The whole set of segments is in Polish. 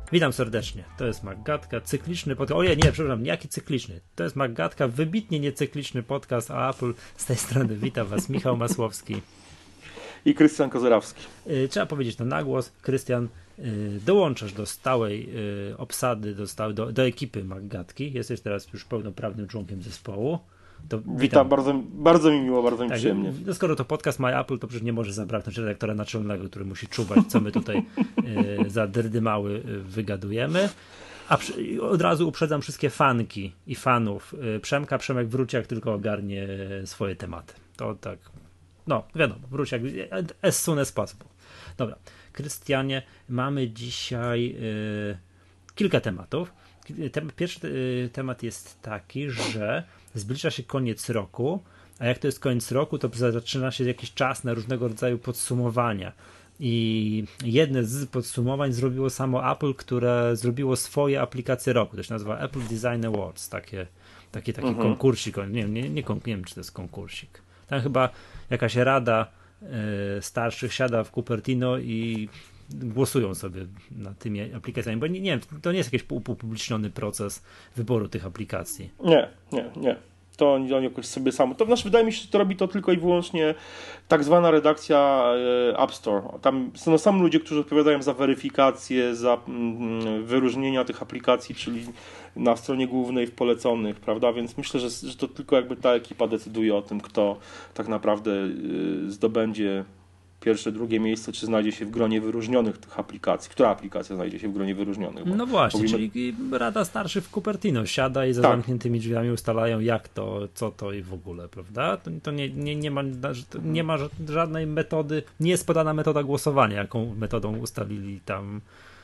Witam serdecznie. To jest Maggatka, cykliczny podcast. Ojej, nie, przepraszam, jaki cykliczny? To jest Maggatka, wybitnie niecykliczny podcast o Apple. Z tej strony witam was Michał Masłowski. I Krystian Kozerawski. Trzeba powiedzieć to na głos. Krystian, dołączasz do stałej obsady, do ekipy Maggatki. Jesteś teraz już pełnoprawnym członkiem zespołu. To witam, bardzo mi miło, bardzo mi przyjemnie. No skoro to podcast My Apple, to przecież nie może zabraknąć redaktora naczelnego, który musi czuwać, co my tutaj za dyrdymały wygadujemy. A od razu uprzedzam wszystkie fanki i fanów Przemka. Przemek wróci, jak tylko ogarnie swoje tematy. To tak, no wiadomo, wróci jak as soon as possible. Dobra, Krystianie, mamy dzisiaj kilka tematów. Pierwszy temat jest taki, że zbliża się koniec roku, a jak to jest koniec roku, to zaczyna się jakiś czas na różnego rodzaju podsumowania. I jedne z podsumowań zrobiło samo Apple, które zrobiło swoje aplikacje roku. To się nazywa Apple Design Awards. Taki konkursik. Nie wiem, czy to jest konkursik. Tam chyba jakaś rada starszych siada w Cupertino i głosują sobie nad tymi aplikacjami, bo nie wiem, to nie jest jakiś upubliczniony proces wyboru tych aplikacji. Nie. To oni jakoś sobie samo. To znaczy, wydaje mi się, że to robi to tylko i wyłącznie tak zwana redakcja App Store. Tam są ludzie, którzy odpowiadają za weryfikację, za wyróżnienia tych aplikacji, czyli na stronie głównej w poleconych, prawda? Więc myślę, że to tylko jakby ta ekipa decyduje o tym, kto tak naprawdę zdobędzie pierwsze, drugie miejsce, czy znajdzie się w gronie wyróżnionych tych aplikacji. Która aplikacja znajdzie się w gronie wyróżnionych? No właśnie, czyli Rada Starszych w Cupertino siada i za zamkniętymi drzwiami ustalają, jak to, co to i w ogóle, prawda? To nie ma żadnej metody, nie jest podana metoda głosowania, jaką metodą ustalili tam,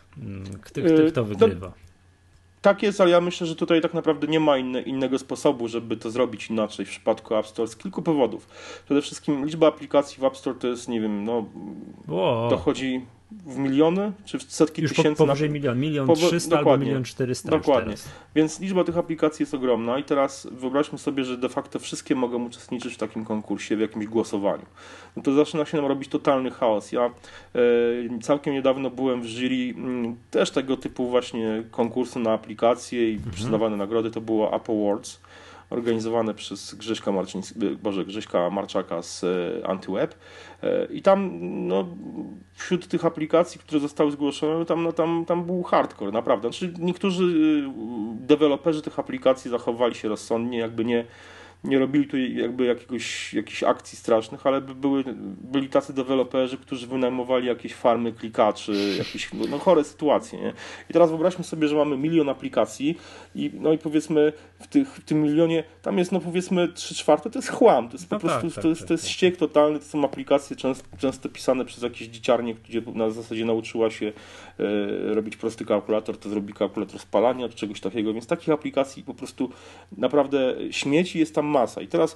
kto wygrywa. Tak jest, ale ja myślę, że tutaj tak naprawdę nie ma innego sposobu, żeby to zrobić inaczej w przypadku App Store z kilku powodów. Przede wszystkim liczba aplikacji w App Store to jest, nie wiem, dochodzi w miliony, czy w setki już tysięcy. Powyżej milion 300 albo 1 400 000. Dokładnie. Więc liczba tych aplikacji jest ogromna i teraz wyobraźmy sobie, że de facto wszystkie mogą uczestniczyć w takim konkursie, w jakimś głosowaniu. No to zaczyna się nam robić totalny chaos. Ja całkiem niedawno byłem w jury też tego typu właśnie konkursu na aplikacje i przyznawane nagrody, to było App Awards, organizowane przez Grześka Marczaka z AntyWeb. I tam wśród tych aplikacji, które zostały zgłoszone, tam był hardcore, naprawdę. Znaczy, niektórzy deweloperzy tych aplikacji zachowali się rozsądnie, jakby nie robili tu jakby jakichś akcji strasznych, ale byli tacy deweloperzy, którzy wynajmowali jakieś farmy klikaczy, jakieś chore sytuacje. Nie? I teraz wyobraźmy sobie, że mamy milion aplikacji i powiedzmy w tym milionie tam jest powiedzmy 3/4 to jest chłam, to jest po prostu to jest ściek totalny, to są aplikacje często pisane przez jakieś dzieciarnie, gdzie na zasadzie nauczyła się robić prosty kalkulator, to zrobi kalkulator spalania czy czegoś takiego, więc takich aplikacji po prostu naprawdę śmieci jest tam masa. I teraz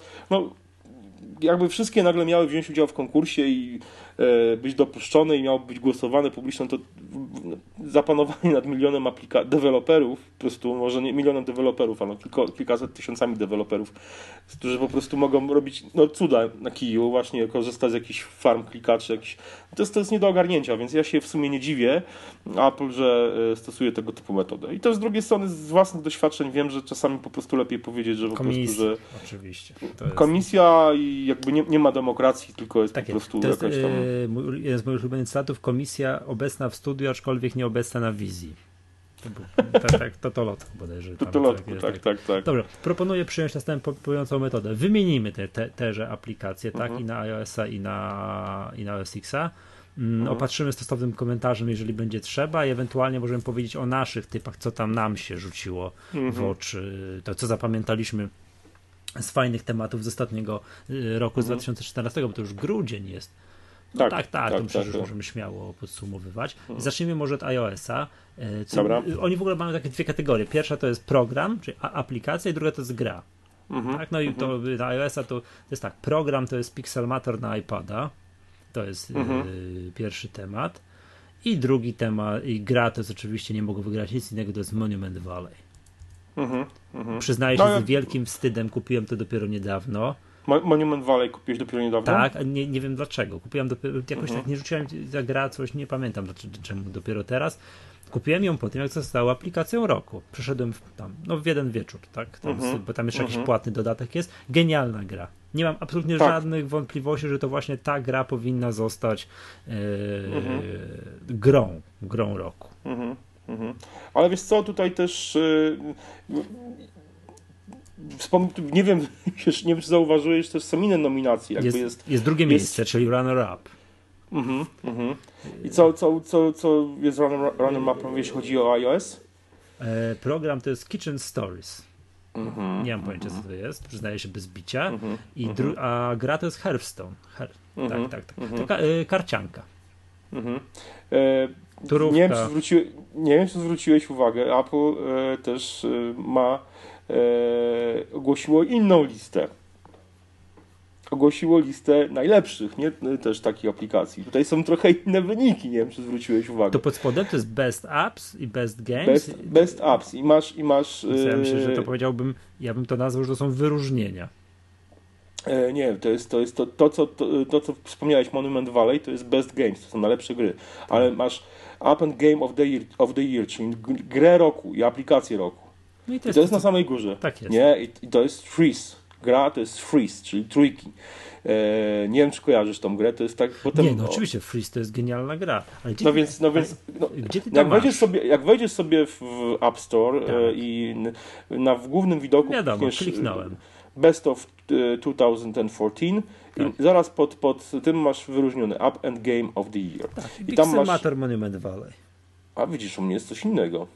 jakby wszystkie nagle miały wziąć udział w konkursie i być dopuszczone i miało być głosowane publiczne, to zapanowanie nad milionem deweloperów, po prostu może nie milionem deweloperów, ale kilkaset tysiącami deweloperów, którzy po prostu mogą robić cuda na kiju, właśnie korzystać z jakichś farm klikaczy, to jest nie do ogarnięcia, więc ja się w sumie nie dziwię Apple, że stosuje tego typu metodę. I też z drugiej strony z własnych doświadczeń wiem, że czasami po prostu lepiej powiedzieć, że oczywiście. Komisja i jakby nie ma demokracji, tylko jest po prostu to jest, jakaś tam... jeden z moich ulubionych cytatów, komisja obecna w studiu, aczkolwiek nie obecna na wizji. To lotko bodajże. Tak. Dobra, proponuję przyjąć następującą metodę. Wymienimy teże aplikacje, tak, i na iOS-a, i na OS X-a. Opatrzymy stosownym komentarzem, jeżeli będzie trzeba, i ewentualnie możemy powiedzieć o naszych typach, co tam nam się rzuciło w oczy, to co zapamiętaliśmy z fajnych tematów z ostatniego roku, z 2014, bo to już grudzień jest. To przecież możemy śmiało podsumowywać. Zacznijmy może od iOS-a. Oni w ogóle mają takie dwie kategorie. Pierwsza to jest program, czyli aplikacja, i druga to jest gra. Tak? No i to na iOS-a to jest tak, program to jest Pixelmator na iPada. To jest pierwszy temat. I drugi temat, i gra to jest oczywiście, nie mogą wygrać nic innego, to jest Monument Valley. Przyznaję się, z wielkim wstydem kupiłem to dopiero niedawno. Monument Valley kupiłeś dopiero niedawno? Tak, nie wiem dlaczego. Kupiłem dopiero, jakoś tak nie rzuciłem za gra, coś nie pamiętam czemu dopiero teraz. Kupiłem ją po tym, jak została aplikacją roku. Przeszedłem w jeden wieczór, tak? Bo tam jeszcze jakiś płatny dodatek jest. Genialna gra. Nie mam absolutnie żadnych wątpliwości, że to właśnie ta gra powinna zostać grą roku. Ale wiesz co, tutaj też nie wiem, czy zauważyłeś, też są inne nominacje. Jest drugie miejsce, czyli runner-up. I co jest runner-upem, jeśli chodzi o iOS? Program to jest Kitchen Stories. Nie mam pojęcia, co to jest. Przyznaję się bez bicia. A gra to jest Hearthstone. Tak. To karcianka. Nie wiem, czy zwróciłeś uwagę. Apple też ogłosiło inną listę. Ogłosiło listę najlepszych, nie też takich aplikacji. Tutaj są trochę inne wyniki, nie wiem, czy zwróciłeś uwagę. To pod spodem to jest Best Apps i Best Games. Best Apps i masz. Ja myślę, że to powiedziałbym, ja bym to nazwał, że to są wyróżnienia. Nie, to jest to, co wspomniałeś, Monument Valley, to jest Best Games, to są najlepsze gry. Ale masz App and Game of the Year, czyli grę roku i aplikację roku. No i to jest na samej górze. Tak jest. Nie, i to jest Freeze. Gra to jest Freeze, czyli trójki. Nie wiem, czy kojarzysz tą grę, to jest tak potem... Nie, oczywiście Freeze to jest genialna gra. Ale gdzie ty jak wejdziesz sobie w App Store i w głównym widoku kliknąłem. Best of 2014 i zaraz pod tym masz wyróżniony App and Game of the Year. Tak, i tam masz Monument Valley. A widzisz, u mnie jest coś innego.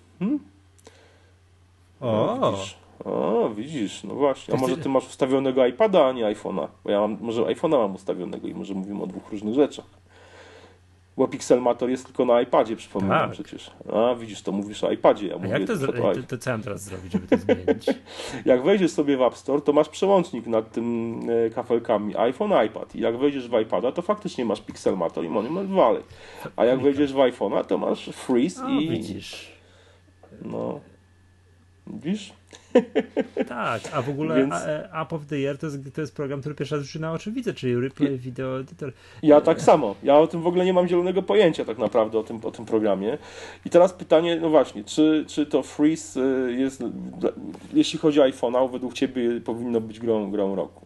Widzisz, no właśnie. A może ty masz ustawionego iPada, a nie iPhone'a? Bo ja może iPhone'a mam ustawionego i może mówimy o dwóch różnych rzeczach. Bo Pixelmator jest tylko na iPadzie, przypominam przecież. A widzisz, to mówisz o iPadzie. Ja mówię, jak to co mam teraz zrobić, żeby to zmienić? Jak wejdziesz sobie w App Store, to masz przełącznik nad tym kafelkami iPhone, iPad. I jak wejdziesz w iPada, to faktycznie masz Pixelmator i Monument Valley. A jak wejdziesz w iPhone'a, to masz Freeze i... widzisz. No... Widzisz? Tak, a w ogóle App of the Year to jest program, który pierwszy raz już na oczy widzę, czyli Replay Video Editor. Ja tak samo. Ja o tym w ogóle nie mam zielonego pojęcia tak naprawdę o tym programie. I teraz pytanie, no właśnie, czy to Freeze jest, jeśli chodzi o iPhone'a, według Ciebie powinno być grą roku?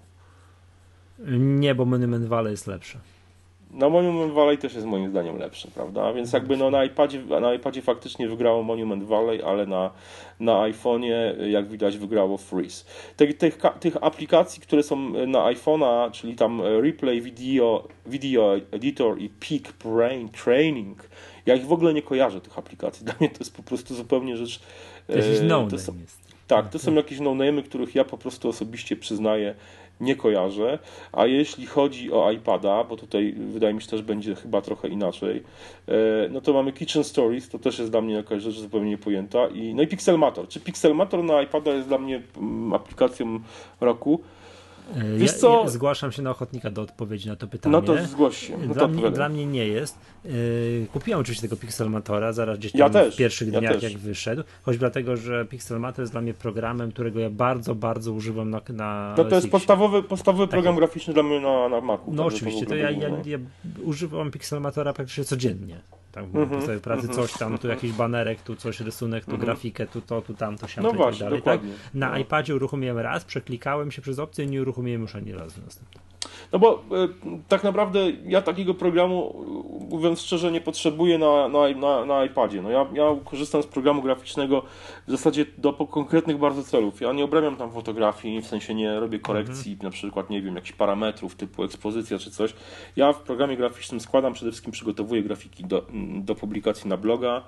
Nie, bo Monument Valley jest lepsze. No Monument Valley też jest moim zdaniem lepszy, prawda? Więc jakby na iPadzie faktycznie wygrało Monument Valley, ale na iPhone'ie, jak widać, wygrało Freeze. Tych aplikacji, które są na iPhone'a, czyli tam Replay Video Editor i Peak Brain Training, ja ich w ogóle nie kojarzę, tych aplikacji. Dla mnie to jest po prostu zupełnie rzecz... To jest no-name. Tak, to są jakieś no-name'y, których ja po prostu osobiście przyznaję, nie kojarzę, a jeśli chodzi o iPada, bo tutaj wydaje mi się też będzie chyba trochę inaczej, no to mamy Kitchen Stories, to też jest dla mnie jakaś rzecz zupełnie niepojęta no i Pixelmator. Czy Pixelmator na iPada jest dla mnie aplikacją roku? Wiesz co? Ja zgłaszam się na ochotnika do odpowiedzi na to pytanie. No to zgłoś się. Dla mnie nie jest. Kupiłem oczywiście tego Pixelmatora zaraz gdzieś tam w pierwszych dniach jak wyszedł, choć dlatego, że Pixelmator jest dla mnie programem, którego ja bardzo, bardzo używam na No to jest podstawowy program graficzny dla mnie na Macu. No oczywiście, to ja używam Pixelmatora praktycznie codziennie. Tak, w pracy coś tam, tu jakiś banerek, tu coś, rysunek, tu grafikę, tu to, tu tamto, siamto i tak dalej. Tak? Na iPadzie uruchomiłem raz, przeklikałem się przez opcję i nie uruchomiłem już ani razu następnie. No bo tak naprawdę ja takiego programu, mówiąc szczerze, nie potrzebuję na iPadzie. No ja korzystam z programu graficznego w zasadzie do konkretnych bardzo celów. Ja nie obrabiam tam fotografii, w sensie nie robię korekcji, na przykład, nie wiem, jakichś parametrów typu ekspozycja czy coś. Ja w programie graficznym składam, przede wszystkim przygotowuję grafiki do publikacji na bloga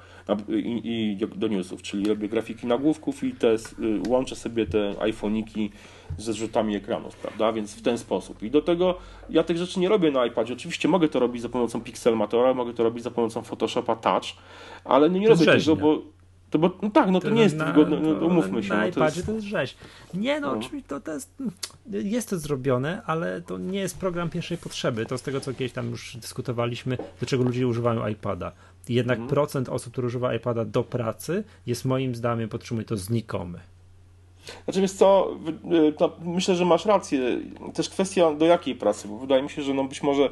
i do newsów, czyli robię grafiki nagłówków i łączę sobie te iPhone'iki ze zrzutami ekranów, prawda? Więc w ten sposób. I do tego ja tych rzeczy nie robię na iPadzie. Oczywiście mogę to robić za pomocą Pixelmatora, mogę to robić za pomocą Photoshopa Touch, ale nie robię tego, bo to nie jest wygodne, umówmy się. Na iPadzie to jest rzeź. Nie, oczywiście jest to zrobione, ale to nie jest program pierwszej potrzeby. To z tego, co kiedyś tam już dyskutowaliśmy, do czego ludzie używają iPada. Jednak procent osób, które używa iPada do pracy jest moim zdaniem, podtrzymuję to, znikomy. Znaczy wiesz co, myślę, że masz rację. Też kwestia do jakiej pracy, bo wydaje mi się, że no być może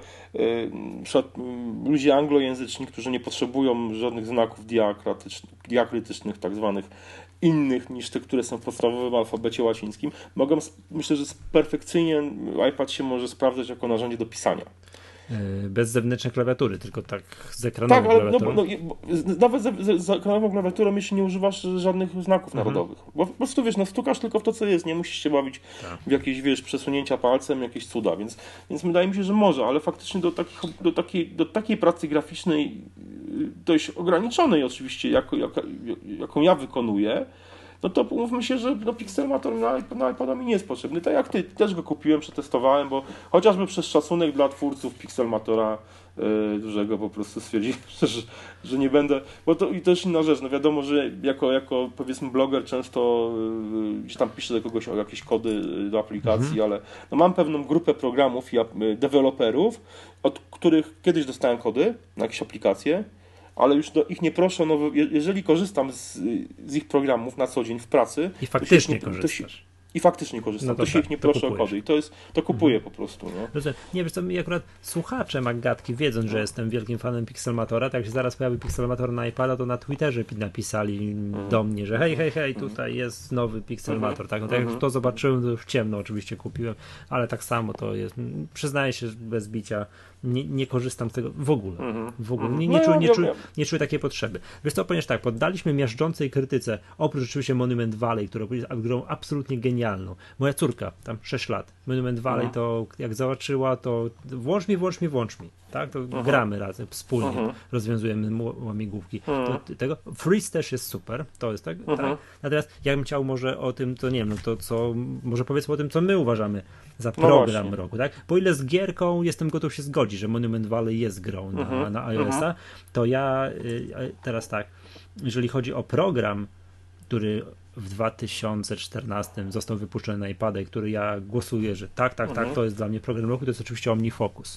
ludzie anglojęzyczni, którzy nie potrzebują żadnych znaków diakrytycznych tak zwanych innych niż te, które są w podstawowym alfabecie łacińskim, myślę, że perfekcyjnie iPad się może sprawdzać jako narzędzie do pisania. Bez zewnętrznej klawiatury, tylko tak z ekranową tak, ale klawiaturą. Nawet z ekranową klawiaturą, jeśli nie używasz żadnych znaków narodowych. Bo po prostu wiesz, no stukasz tylko w to, co jest, nie musisz się bawić w jakieś, wiesz, przesunięcia palcem, jakieś cuda, więc wydaje mi się, że może, ale faktycznie do takiej pracy graficznej, dość ograniczonej oczywiście, jaką ja wykonuję, no to umówmy się, że Pixelmator na iPada mi nie jest potrzebny. Tak jak ty, też go kupiłem, przetestowałem, bo chociażby przez szacunek dla twórców Pixelmatora dużego po prostu stwierdziłem, że nie będę, bo to i też inna rzecz, no wiadomo, że jako powiedzmy bloger często gdzieś tam piszę do kogoś o jakieś kody do aplikacji, ale no mam pewną grupę programów i deweloperów, od których kiedyś dostałem kody na jakieś aplikacje, ale już ich nie proszę, no jeżeli korzystam z ich programów na co dzień w pracy... I faktycznie korzystasz. I faktycznie korzystam, no to się ich nie proszę o kody i to kupuję po prostu. Nie wiesz co, mi akurat słuchacze Maggatki, wiedząc, że jestem wielkim fanem Pixelmatora, tak jak się zaraz pojawił Pixelmator na iPada, to na Twitterze napisali do mnie, że hej, tutaj jest nowy Pixelmator. Tak, no, tak jak to zobaczyłem, to w ciemno oczywiście kupiłem, ale tak samo to jest, przyznaję się bez bicia, nie korzystam z tego w ogóle. Nie czuję takiej potrzeby. Wiesz co, ponieważ tak, poddaliśmy miażdżącej krytyce, oprócz oczywiście Monument Valley, która jest grą absolutnie genialną. Moja córka, tam 6 lat, Monument Valley to jak zobaczyła, to włącz mi, tak? To gramy razem, wspólnie rozwiązujemy łamigłówki. Tego Freeze też jest super, to jest tak? Natomiast ja bym chciał może o tym, to nie wiem, no to co, może powiedzmy o tym, co my uważamy za program roku, tak? Bo ile z gierką jestem gotów się zgodzić, że Monument Valley jest grą na iOS-a, to ja teraz tak, jeżeli chodzi o program, który w 2014 został wypuszczony na iPada i który ja głosuję, że tak, to jest dla mnie program roku, to jest oczywiście OmniFocus.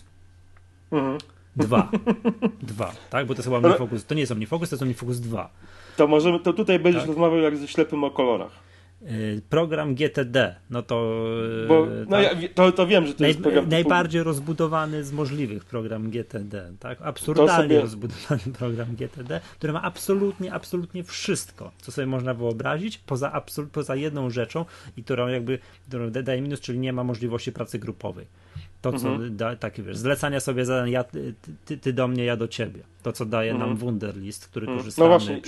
Dwa, tak? Bo to jest OmniFocus, to nie jest OmniFocus, to jest OmniFocus 2. To tutaj będziesz rozmawiał jak ze ślepym o kolorach. Program GTD, no to... Bo, to wiem, że to jest program... Najbardziej rozbudowany z możliwych program GTD, tak? Absurdalnie rozbudowany program GTD, który ma absolutnie wszystko, co sobie można wyobrazić, poza jedną rzeczą, i którą daje minus, czyli nie ma możliwości pracy grupowej. To, co takie, wiesz, zlecania sobie zadań, ty do mnie, ja do ciebie. To, co daje nam Wunderlist, który korzystamy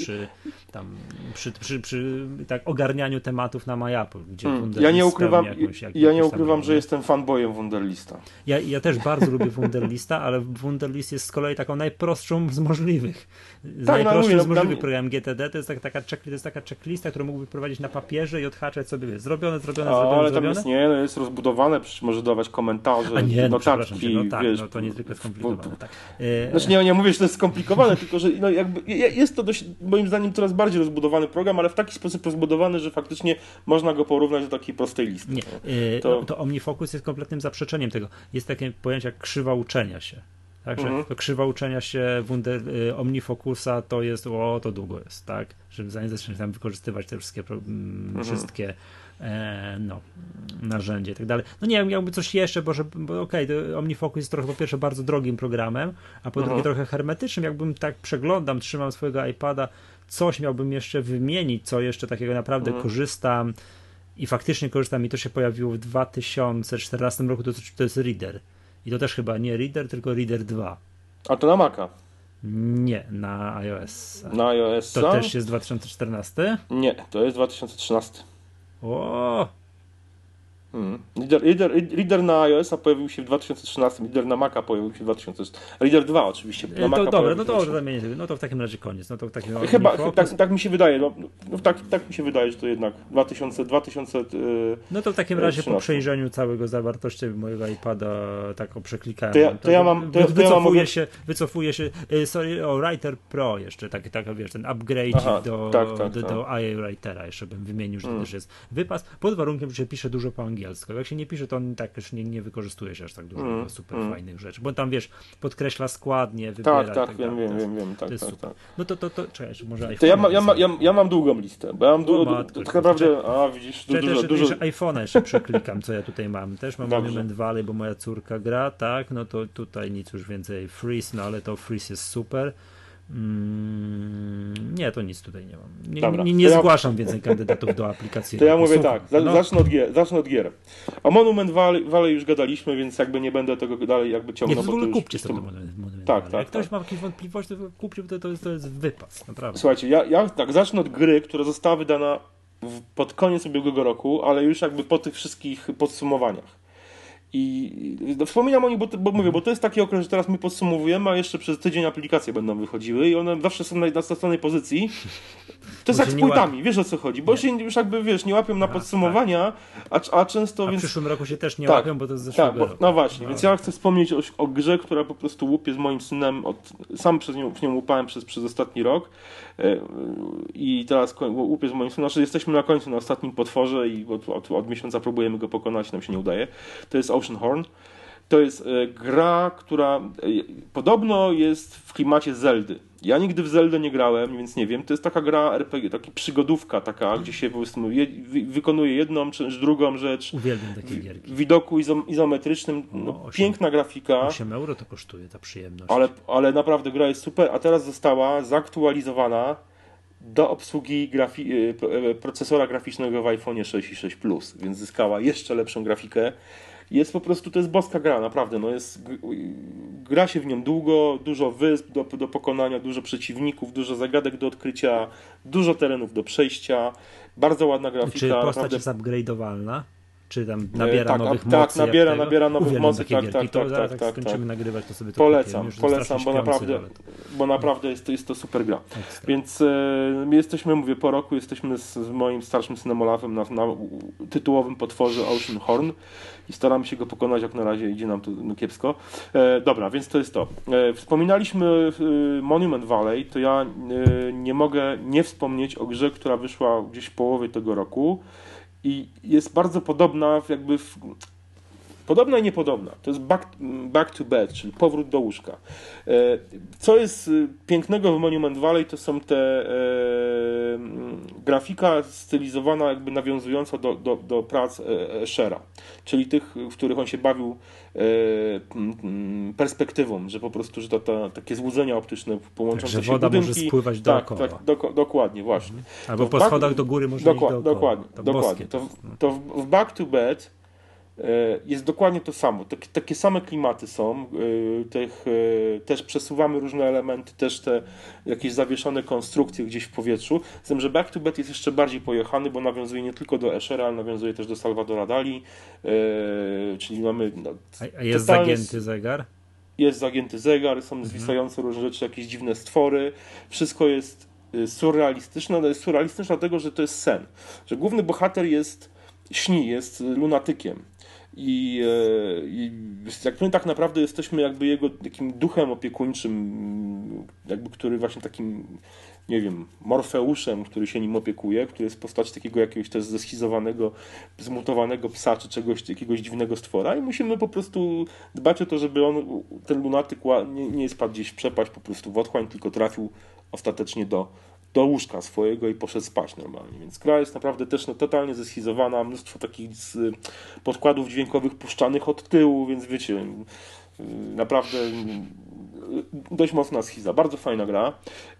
przy tak ogarnianiu tematów na MyApple, gdzie ja nie ukrywam, że jestem fanboyem Wunderlista. Ja też bardzo lubię Wunderlista, ale Wunderlist jest z kolei taką najprostszą z możliwych. Najprostszym z możliwych program GTD to jest taka checklista, którą mógłby prowadzić na papierze i odhaczać sobie, wiesz, zrobione. Ale tam jest rozbudowane, może dawać komentarze, notatki. No to niezwykle skomplikowane. Tak. Znaczy nie mówię, że to jest skomplikowane, tylko że jest to dość, moim zdaniem, coraz bardziej rozbudowany program, ale w taki sposób rozbudowany, że faktycznie można go porównać do takiej prostej listy. Nie. To OmniFocus jest kompletnym zaprzeczeniem tego. Jest takie pojęcie jak krzywa uczenia się. Także to krzywa uczenia się OmniFocusa to jest, to długo jest, tak? Żeby zanim zaczniesz tam wykorzystywać te wszystkie narzędzie i tak dalej. No nie wiem, jakby coś jeszcze, bo okej, OmniFocus jest trochę po pierwsze bardzo drogim programem, a po drugie trochę hermetycznym. Jakbym tak trzymam swojego iPada, coś miałbym jeszcze wymienić, co jeszcze takiego naprawdę korzystam i faktycznie korzystam i to się pojawiło w 2014 roku, to jest Reader. I to też chyba nie Reader, tylko Reader 2. A to na Maca? Nie, na iOS. Na iOS. To też jest 2014? Nie, to jest 2013. O! Reader na iOS-a pojawił się w 2013, Reader na Maca pojawił się w 2014. Reader 2 oczywiście. Na Maca dobra, no to w takim razie koniec. No to w takim Chyba tak mi się wydaje. Tak mi się wydaje, że to jednak 2000. No to w takim razie po przejrzeniu całego zawartości mojego iPada tak przeklikałem. Wycofuję się. Writer Pro jeszcze, wiesz, ten upgrade do iWritera jeszcze bym wymienił, że też jest wypas, pod warunkiem, że się pisze dużo po angielsku. angielsko. Jak się nie pisze, to on tak już nie wykorzystuje się aż tak dużo super fajnych rzeczy, bo tam wiesz, podkreśla składnie, wybiera. Tak, wiem, tak. No to czekaj, może to ja mam długą listę, bo ja mam tak naprawdę, widzisz, dużo... iPhone'a jeszcze przeklikam, co ja tutaj mam. Też mam Monument Valley, bo moja córka gra, tak, no to tutaj nic już więcej. Freeze, no ale to Freeze jest super. Nie, to nic tutaj nie mam. Nie zgłaszam więcej kandydatów do aplikacji. To ja mówię tak, zacznę od gier. O Monument Valley już gadaliśmy, więc jakby nie będę tego dalej jakby ciągnął. Nie, w ogóle kupcie sobie Monument Valley. Jak ktoś ma jakieś wątpliwości, to kupcie, to jest wypas, naprawdę. Słuchajcie, ja tak zacznę od gry, która została wydana pod koniec ubiegłego roku, ale już jakby po tych wszystkich podsumowaniach. I wspominam o nich, bo to jest taki okres, że teraz my podsumowujemy, a jeszcze przez tydzień aplikacje będą wychodziły i one zawsze są na następnej pozycji. To jest jak z płytami, wiesz o co chodzi, bo się już jakby, wiesz, nie łapią na podsumowania, a często... w przyszłym roku się też nie łapią, bo to jest zeszłego roku. No właśnie, więc ja chcę wspomnieć o grze, która po prostu łupie z moim synem, sam przez nią łupałem przez ostatni rok i teraz łupię z moim synem, znaczy jesteśmy na końcu, na ostatnim potworze i od miesiąca próbujemy go pokonać, nam się nie udaje. To jest Oceanhorn. To jest gra, która podobno jest w klimacie Zeldy. Ja nigdy w Zeldę nie grałem, więc nie wiem. To jest taka gra RPG, taka przygodówka taka, gdzie się po prostu wykonuje jedną czy drugą rzecz. Uwielbiam takie gierki. W widoku izometrycznym. Piękna grafika. 8 euro to kosztuje ta przyjemność. Ale naprawdę gra jest super, a teraz została zaktualizowana do obsługi procesora graficznego w iPhone 6 i 6 Plus, więc zyskała jeszcze lepszą grafikę. Jest po prostu, to jest boska gra, naprawdę. Gra się w nią długo, dużo wysp do pokonania, dużo przeciwników, dużo zagadek do odkrycia, dużo terenów do przejścia, bardzo ładna grafika. Czy postać jest upgrade'owalna? Czy tam nabiera nowych mocy? Tak, nabiera nowych mocy. Tak, skończymy nagrywać, to sobie to polecam, bo naprawdę jest to super gra. Ekstra. Więc jesteśmy, mówię, po roku jesteśmy z moim starszym synem Olafem na tytułowym potworze Oceanhorn i staramy się go pokonać, jak na razie idzie nam to kiepsko. Dobra, więc to jest to. Wspominaliśmy Monument Valley, to ja nie mogę nie wspomnieć o grze, która wyszła gdzieś w połowie tego roku. I jest bardzo podobna, podobna i niepodobna. To jest back to bed, czyli powrót do łóżka. Co jest pięknego w Monument Valley, to są te grafika stylizowana, jakby nawiązująca do prac Eschera, czyli tych, w których on się bawił perspektywą, że po prostu, że takie złudzenia optyczne połączące się woda budynki. Może spływać dookoła. Tak, dokładnie, właśnie. Albo po schodach do góry można iść dookoła. Dokładnie. To w Back to Bed jest dokładnie to samo. Takie same klimaty są. Też przesuwamy różne elementy, też te jakieś zawieszone konstrukcje gdzieś w powietrzu. Z tym, że Back to Bed jest jeszcze bardziej pojechany, bo nawiązuje nie tylko do Eschera, ale nawiązuje też do Salvadora Dali. Czyli mamy... A jest zagięty zegar? Jest zagięty zegar, są zwisające różne rzeczy, jakieś dziwne stwory. Wszystko jest surrealistyczne, ale jest surrealistyczne dlatego, że to jest sen. Że główny bohater śni, jest lunatykiem. I jak my tak naprawdę jesteśmy jakby jego takim duchem opiekuńczym, jakby który właśnie takim, nie wiem, Morfeuszem, który się nim opiekuje, który jest w postaci takiego jakiegoś też zeschizowanego, zmutowanego psa czy jakiegoś dziwnego stwora i musimy po prostu dbać o to, żeby ten lunatyk nie spadł gdzieś w przepaść, po prostu w otchłań, tylko trafił ostatecznie do łóżka swojego i poszedł spać normalnie. Więc gra jest naprawdę też totalnie zeschizowana, mnóstwo takich podkładów dźwiękowych puszczanych od tyłu, więc wiecie, naprawdę dość mocna schiza. Bardzo fajna gra.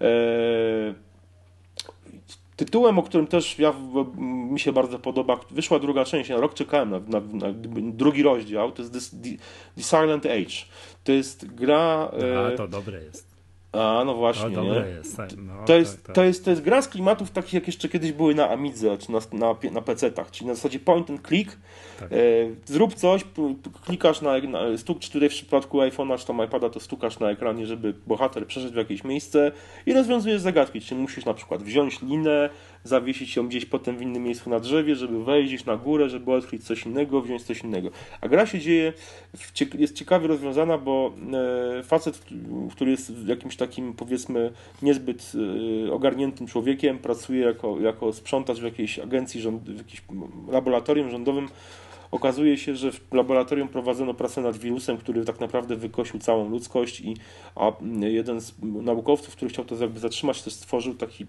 Tytułem, o którym też mi się bardzo podoba, wyszła druga część, ja rok czekałem na drugi rozdział, to jest The Silent Age. To jest gra... to dobre jest. No właśnie, dobre jest. To jest gra z klimatów takich, jak jeszcze kiedyś były na Amidze, czy na PC-tach, czyli na zasadzie point and click. Tak. Zrób coś, klikasz czy tutaj w przypadku iPhone'a czy tam iPada, to stukasz na ekranie, żeby bohater przeszedł w jakieś miejsce i rozwiązujesz zagadki. Czyli musisz na przykład wziąć linę, zawiesić ją gdzieś potem w innym miejscu na drzewie, żeby wejść gdzieś na górę, żeby odkryć coś innego, wziąć coś innego. A gra się dzieje, jest ciekawie rozwiązana, bo facet, który jest jakimś takim, powiedzmy, niezbyt ogarniętym człowiekiem, pracuje jako sprzątacz w jakiejś agencji, w jakimś laboratorium rządowym. okazuje się, że w laboratorium prowadzono pracę nad wirusem, który tak naprawdę wykosił całą ludzkość a jeden z naukowców, który chciał to jakby zatrzymać, też stworzył taki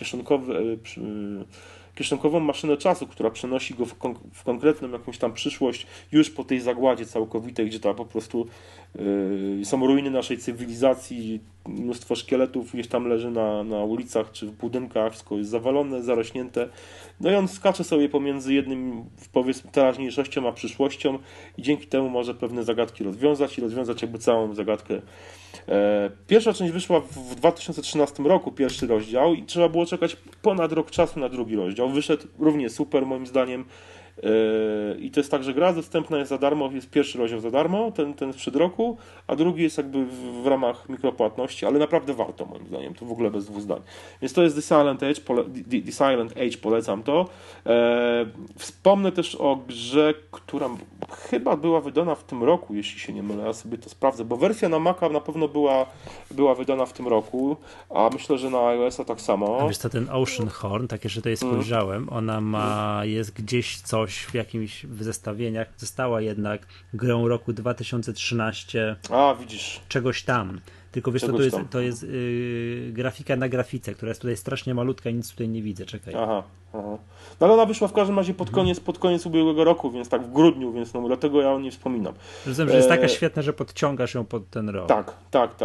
kieszonkową maszynę czasu, która przenosi go w konkretną jakąś tam przyszłość już po tej zagładzie całkowitej, gdzie tam po prostu są ruiny naszej cywilizacji, mnóstwo szkieletów gdzieś tam leży na ulicach czy w budynkach, wszystko jest zawalone, zarośnięte. No i on skacze sobie pomiędzy jednym, powiedzmy, teraźniejszością a przyszłością i dzięki temu może pewne zagadki rozwiązać i rozwiązać jakby całą zagadkę. Pierwsza część wyszła w 2013 roku, pierwszy rozdział i trzeba było czekać ponad rok czasu na drugi rozdział. Wyszedł równie super moim zdaniem i to jest tak, że gra dostępna jest za darmo, jest pierwszy rozdział za darmo, ten sprzed roku, a drugi jest jakby w ramach mikropłatności, ale naprawdę warto moim zdaniem, to w ogóle bez dwóch zdań. Więc to jest The Silent Age, polecam to. Wspomnę też o grze, która chyba była wydana w tym roku, jeśli się nie mylę, ja sobie to sprawdzę, bo wersja na Maca na pewno była wydana w tym roku, a myślę, że na iOS-a tak samo. A wiesz co, ten Oceanhorn, tak jeszcze tutaj spojrzałem, ona jest gdzieś coś w jakimś zestawieniach, została jednak grą roku 2013. A, widzisz. Czegoś tam. Tylko wiesz, to jest grafika na grafice, która jest tutaj strasznie malutka i nic tutaj nie widzę. Czekaj. Aha. No ale ona wyszła w każdym razie pod koniec ubiegłego roku, więc tak w grudniu, więc no dlatego ja o niej wspominam. Rozumiem, że jest taka świetna, że podciągasz ją pod ten rok. Tak.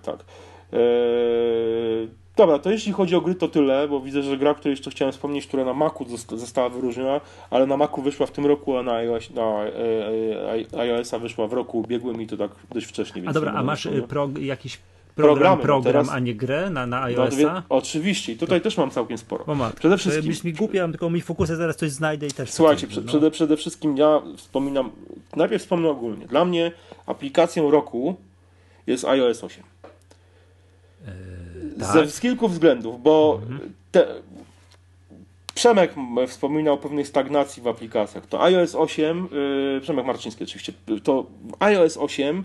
Dobra, to jeśli chodzi o gry, to tyle, bo widzę, że gra, której jeszcze chciałem wspomnieć, która na Macu została wyróżniona, ale na Macu wyszła w tym roku, a na iOS-a wyszła w roku ubiegłym i to tak dość wcześnie. A dobra, a masz jakiś program, teraz... a nie grę na iOS-a? No, oczywiście, i tutaj też mam całkiem sporo. Przede wszystkim... mi głupia, tylko mi fokusy zaraz coś znajdę i też... Słuchajcie, przede wszystkim ja najpierw wspomnę ogólnie. Dla mnie aplikacją roku jest iOS 8. Tak? Z kilku względów, bo Przemek wspominał o pewnej stagnacji w aplikacjach. To iOS 8, Przemek Marciński oczywiście, to iOS 8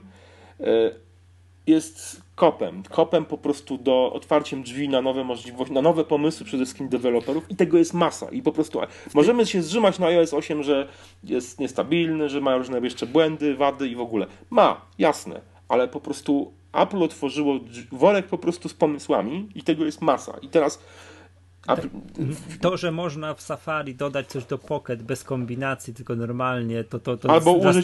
jest kopem po prostu do otwarciem drzwi na nowe możliwości, na nowe pomysły przede wszystkim deweloperów i tego jest masa i po prostu możemy się zrzymać na iOS 8, że jest niestabilny, że ma różne jeszcze błędy, wady i w ogóle. Jasne, ale po prostu Apple otworzyło worek po prostu z pomysłami i tego jest masa. I teraz to, że można w Safari dodać coś do Pocket bez kombinacji, tylko normalnie, to albo użyć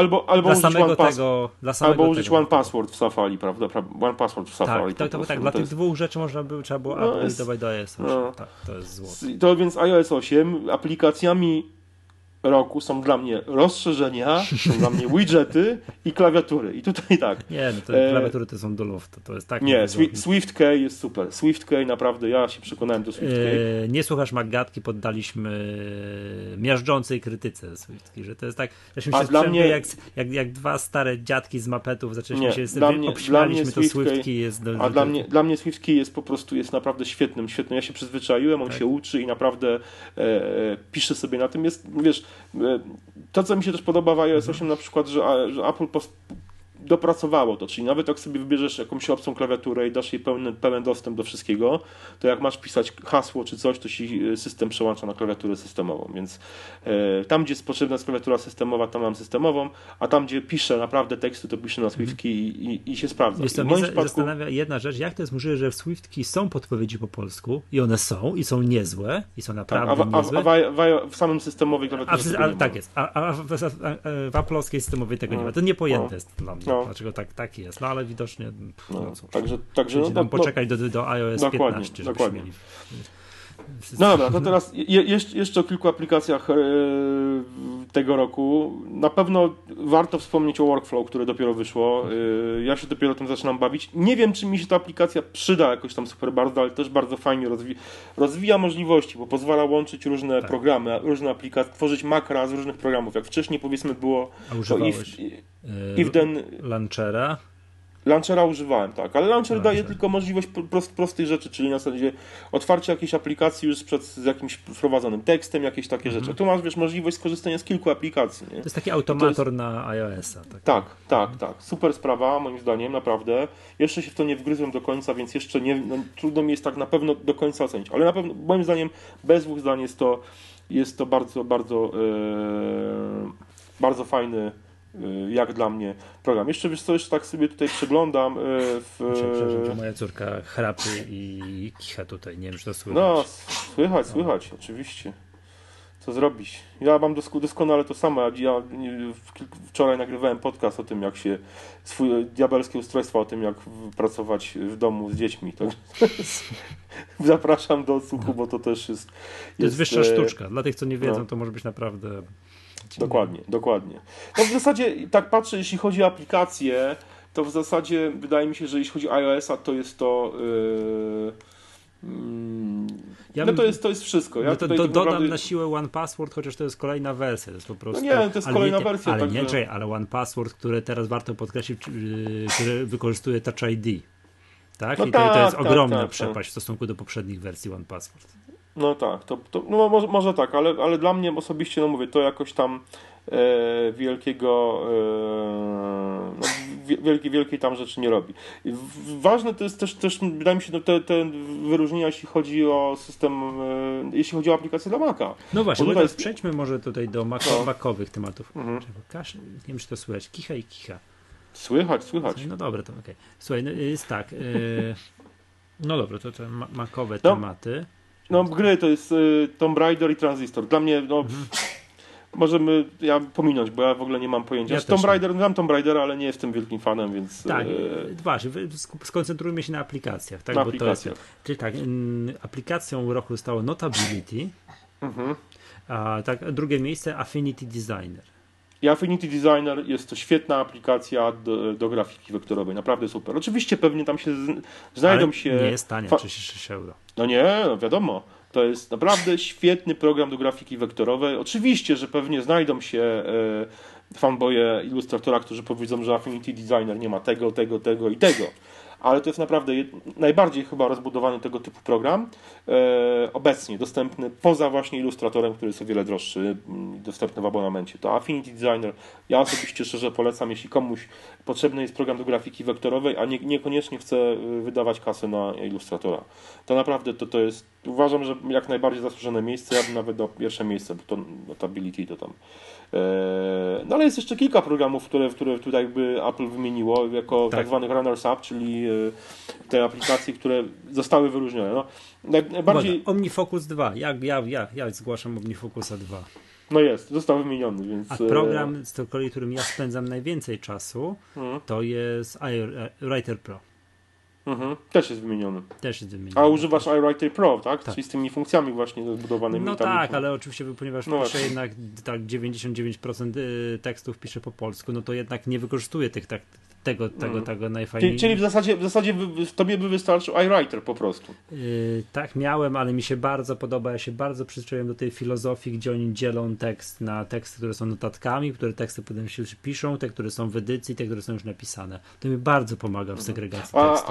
użyć One Password w Safari, prawda? One Password w Safari. Tak, dla tych dwóch rzeczy trzeba było upgrade'ować do iOS 8. Tak, to jest zło. To więc iOS 8 aplikacjami roku są dla mnie rozszerzenia, są dla mnie widgety i klawiatury. I tutaj tak. Nie, no to klawiatury to są do luftu. To jest tak. Nie, SwiftKey jest super. SwiftKey naprawdę, ja się przekonałem do SwiftKey. Nie słuchasz Maggatki, poddaliśmy miażdżącej krytyce SwiftKey, że to jest tak, żeśmy się dla mnie jak dwa stare dziadki z mapetów zaczęliśmy się obśmialiśmy, to SwiftKey jest... Dla mnie SwiftKey jest po prostu naprawdę świetnym. Ja się przyzwyczaiłem, on się uczy i naprawdę pisze sobie na tym. Jest, wiesz, to, co mi się też podoba w iOS 8 na przykład, że Apple dopracowało to, czyli nawet jak sobie wybierzesz jakąś obcą klawiaturę i dasz jej pełen dostęp do wszystkiego, to jak masz pisać hasło czy coś, to ci system przełącza na klawiaturę systemową, więc tam, gdzie jest potrzebna klawiatura systemowa, tam mam systemową, a tam, gdzie piszę naprawdę teksty, to piszę na SwiftKey i się sprawdza. Zastanawia jedna rzecz, jak to jest możliwe, że w SwiftKey są podpowiedzi po polsku i one są niezłe i są naprawdę niezłe. W samym systemowej klawiaturze tak jest, a w Apple'owskiej systemowej tego nie ma. To niepojęte jest dla mnie. Dlaczego tak jest? No ale widocznie także poczekać do iOS 15, dokładnie. No dobra, to teraz jeszcze o kilku aplikacjach tego roku. Na pewno warto wspomnieć o Workflow, które dopiero wyszło. Ja się dopiero tym zaczynam bawić. Nie wiem, czy mi się ta aplikacja przyda jakoś tam super bardzo, ale też bardzo fajnie rozwija możliwości, bo pozwala łączyć różne programy, różne aplikacje, tworzyć makra z różnych programów. Jak wcześniej powiedzmy było Launchera? Launchera używałem, tak, ale Launcher daje tylko możliwość prostej rzeczy, czyli na zasadzie otwarcia jakiejś aplikacji już z jakimś wprowadzonym tekstem, jakieś takie rzeczy. Tu masz, możliwość skorzystania z kilku aplikacji. Nie? To jest taki automator na iOS-a. Tak. Super sprawa, moim zdaniem, naprawdę. Jeszcze się w to nie wgryzłem do końca, więc jeszcze trudno mi jest tak na pewno do końca ocenić, ale na pewno, moim zdaniem, bez dwóch zdań jest to bardzo, bardzo Bardzo fajny, jak dla mnie, program. Jeszcze wiesz co, jeszcze tak sobie tutaj przeglądam. Przepraszam, moja córka chrapie i kicha tutaj, nie wiem, czy to słychać. No, słychać, oczywiście. Co zrobić? Ja mam doskonale to samo. Ja wczoraj nagrywałem podcast o tym, jak się diabelskie ustrojstwa, o tym, jak pracować w domu z dziećmi. To zapraszam do odsłuchu, bo to też jest... To jest wyższa sztuczka. Dla tych, co nie wiedzą, to może być naprawdę... Dokładnie. No w zasadzie tak patrzę, jeśli chodzi o aplikacje, to w zasadzie wydaje mi się, że jeśli chodzi o iOS-a, to jest to... to jest wszystko. Ja dodam naprawdę... na siłę OnePassword, chociaż to jest kolejna wersja. To jest po prostu... No nie, to jest kolejna wersja. Ale OnePassword, które teraz warto podkreślić, który wykorzystuje Touch ID. Tak? I to jest ogromna przepaść w stosunku do poprzednich wersji OnePassword. No tak, no może tak, ale dla mnie osobiście, no mówię, to jakoś tam wielkiej tam rzeczy nie robi. Ważne to jest też wydaje mi się, te wyróżnienia, jeśli chodzi o system, jeśli chodzi o aplikację dla Maca. No właśnie, teraz przejdźmy może tutaj do macowych tematów. Nie wiem, czy to słychać. Kicha i kicha. Słychać. No dobra, to okej. Słuchaj, no jest tak. No dobra, to te macowe tematy. No gry to jest Tomb Raider i Transistor. Dla mnie, możemy pominąć, bo ja w ogóle nie mam pojęcia. Znam Tomb Raidera, ale nie jestem wielkim fanem, więc... Tak, właśnie, skoncentrujmy się na aplikacjach. Tak? Na bo aplikacjach. To jest, czyli tak, aplikacją roku zostało Notability, a tak, drugie miejsce Affinity Designer. I Affinity Designer jest to świetna aplikacja do grafiki wektorowej, naprawdę super. Oczywiście pewnie tam się znajdą się... nie jest tania, 36 euro. No nie, no wiadomo. To jest naprawdę świetny program do grafiki wektorowej. Oczywiście, że pewnie znajdą się fanboye Illustratora, którzy powiedzą, że Affinity Designer nie ma tego i tego. Ale to jest naprawdę najbardziej chyba rozbudowany tego typu program obecnie dostępny poza właśnie Illustratorem, który jest o wiele droższy, dostępny w abonamencie. To Affinity Designer ja osobiście szczerze polecam, jeśli komuś potrzebny jest program do grafiki wektorowej, a niekoniecznie chce wydawać kasę na Illustratora. To naprawdę to jest, uważam, że jak najbardziej zasłużone miejsce, ja bym nawet dał pierwsze miejsce, bo to Notability to tam. No ale jest jeszcze kilka programów, które tutaj jakby Apple wymieniło jako tak zwanych runners-up, czyli te aplikacje, które zostały wyróżnione. No, najbardziej... OmniFocus 2. Ja zgłaszam OmniFocusa 2. No został wymieniony, więc... A program, z kolei, którym ja spędzam najwięcej czasu, to jest iWriter Pro. Też jest wymieniony. A używasz iWriter Pro, tak? Czyli z tymi funkcjami właśnie zbudowanymi. No tak, ale oczywiście, ponieważ piszę jednak tak 99% tekstów piszę po polsku, no to jednak nie wykorzystuję tego najfajniejszego. Czyli w zasadzie tobie by wystarczył iWriter po prostu. Tak, miałem, ale mi się bardzo podoba, ja się bardzo przyzwyczaiłem do tej filozofii, gdzie oni dzielą tekst na teksty, które są notatkami, które teksty potem się piszą, te, które są w edycji, te, które są już napisane. To mi bardzo pomaga w segregacji tekstów.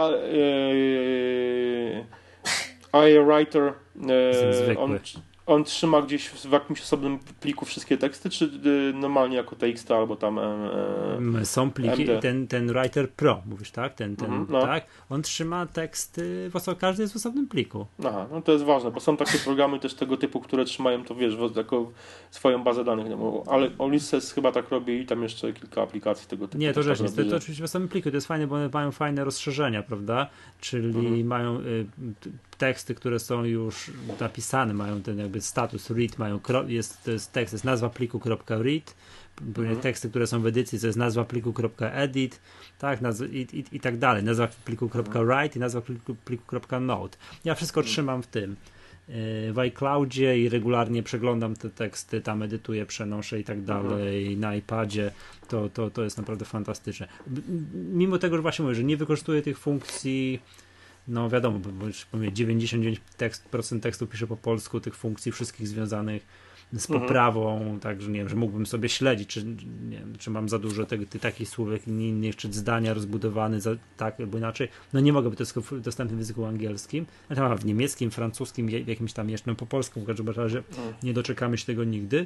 iWriter on trzyma gdzieś w jakimś osobnym pliku wszystkie teksty, czy normalnie jako TXT albo tam są pliki, ten Writer Pro, mówisz, tak? Tak? On trzyma teksty, każdy jest w osobnym pliku. Aha, no to jest ważne, bo są takie programy też tego typu, które trzymają to, wiesz, jako swoją bazę danych. Ale Ulysses chyba tak robi i tam jeszcze kilka aplikacji tego typu. Nie, to rzecz jest, to oczywiście w osobnym pliku, to jest fajne, bo one mają fajne rozszerzenia, prawda? Czyli mają teksty, które są już napisane, mają ten jakby status read, to jest tekst, jest nazwa pliku .read, teksty, które są w edycji, to jest nazwa pliku .edit, tak, i tak dalej, nazwa pliku .write i nazwa pliku .note. Ja wszystko trzymam w tym w iCloudzie i regularnie przeglądam te teksty, tam edytuję, przenoszę i tak dalej, na iPadzie, to jest naprawdę fantastyczne. Mimo tego, że właśnie mówię, że nie wykorzystuję tych funkcji, no wiadomo, bo już 99% tekstu piszę po polsku, tych funkcji wszystkich związanych z poprawą, także nie wiem, że mógłbym sobie śledzić, czy, nie wiem, czy mam za dużo takich słówek innych, czy zdania rozbudowane tak albo inaczej. No nie mogę, bo to jest dostępne w języku angielskim, w niemieckim, francuskim, w jakimś tam jeszcze, po polsku, w każdym razie nie doczekamy się tego nigdy.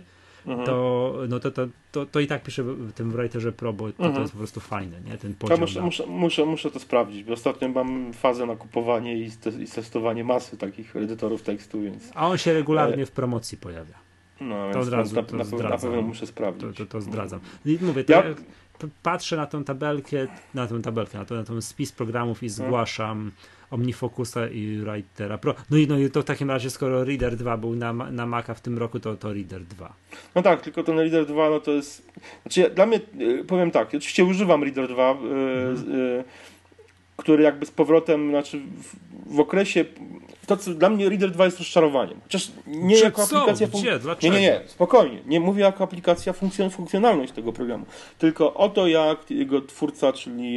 To i tak piszę w tym Writerze Pro, bo to jest po prostu fajne, nie? Ten poziom. Muszę to sprawdzić, bo ostatnio mam fazę na kupowanie i testowanie masy takich edytorów tekstu, więc... A on się regularnie w promocji pojawia. No, to więc od razu na, to na zdradzam. pewno muszę sprawdzić. To zdradzam. I mówię, to Ja- ja patrzę na tą tabelkę, na ten spis programów i zgłaszam OmniFocusa i Writera Pro. No i to w takim razie, skoro Reader 2 był na Maca w tym roku, to Reader 2. No tak, tylko ten Reader 2, no to jest... Znaczy dla mnie, powiem tak, ja oczywiście używam Reader 2, który jakby z powrotem, znaczy w okresie... To, co dla mnie Reader 2 jest rozczarowaniem. Chociaż nie Czy jako co? aplikacja... Gdzie? Dlaczego? Nie, spokojnie. Nie mówię jako aplikacja, funkcjonalność tego programu. Tylko o to, jak jego twórca, czyli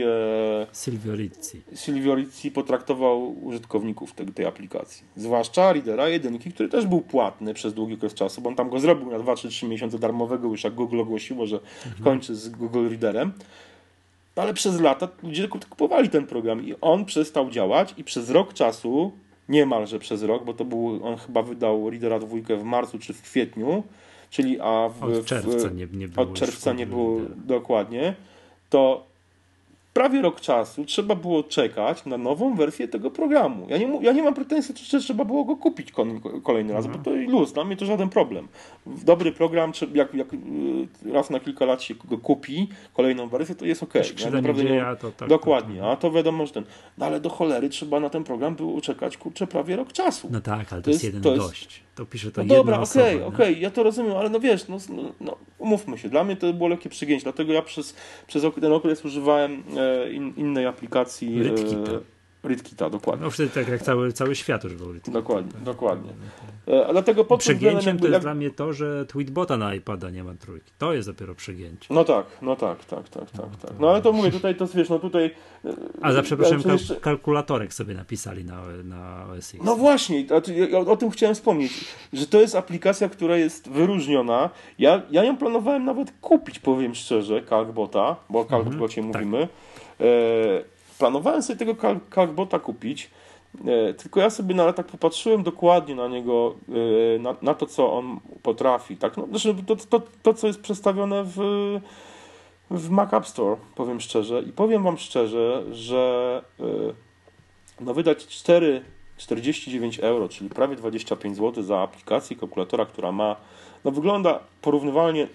Silvio Rizzi potraktował użytkowników tej aplikacji. Zwłaszcza Readera 1, który też był płatny przez długi okres czasu, bo on tam go zrobił na 2 czy 3 miesiące darmowego, już jak Google ogłosiło, że kończy z Google Readerem. Ale przez lata ludzie kupowali ten program i on przestał działać i przez rok czasu, niemalże przez rok, bo to był, on chyba wydał Readera 2 w marcu czy w kwietniu, czyli od czerwca nie było. Od czerwca nie było dokładnie, to prawie rok czasu trzeba było czekać na nową wersję tego programu. Ja nie mam pretensji, że trzeba było go kupić kolejny raz, bo to luz, dla mnie to żaden problem. Dobry program, jak raz na kilka lat się go kupi, kolejną wersję, to jest okej. Ja naprawdę dokładnie, a to wiadomo, że no ale do cholery trzeba na ten program było czekać, prawie rok czasu. No tak, ale to jest jeden gość. To pisze to no jedna dobra, osoba. Okej, ja to rozumiem, ale no wiesz, umówmy się, dla mnie to było lekkie przygięcie, dlatego ja przez ten okres używałem innej aplikacji Rootkita, dokładnie. No wtedy tak jak cały świat używał Rootkita. Dokładnie. A dlatego pod przegięciem to jest dla mnie to, że Tweetbota na iPada nie ma trójki. To jest dopiero przegięcie. No tak. No ale to mówię, tutaj to wiesz, no tutaj... A za przepraszam, kalkulatorek sobie napisali na OS X. No właśnie, o tym chciałem wspomnieć, że to jest aplikacja, która jest wyróżniona. Ja ją planowałem nawet kupić, powiem szczerze, Calcbota, bo o Calcbocie mówimy. Planowałem sobie tego Calcbota kupić, tylko ja sobie tak popatrzyłem dokładnie na niego, na to, co on potrafi. Tak? No, zresztą to, co jest przedstawione w Mac App Store, powiem szczerze. I powiem wam szczerze, że wydać 49 euro, czyli prawie 25 zł za aplikację kalkulatora, która wygląda porównywalnie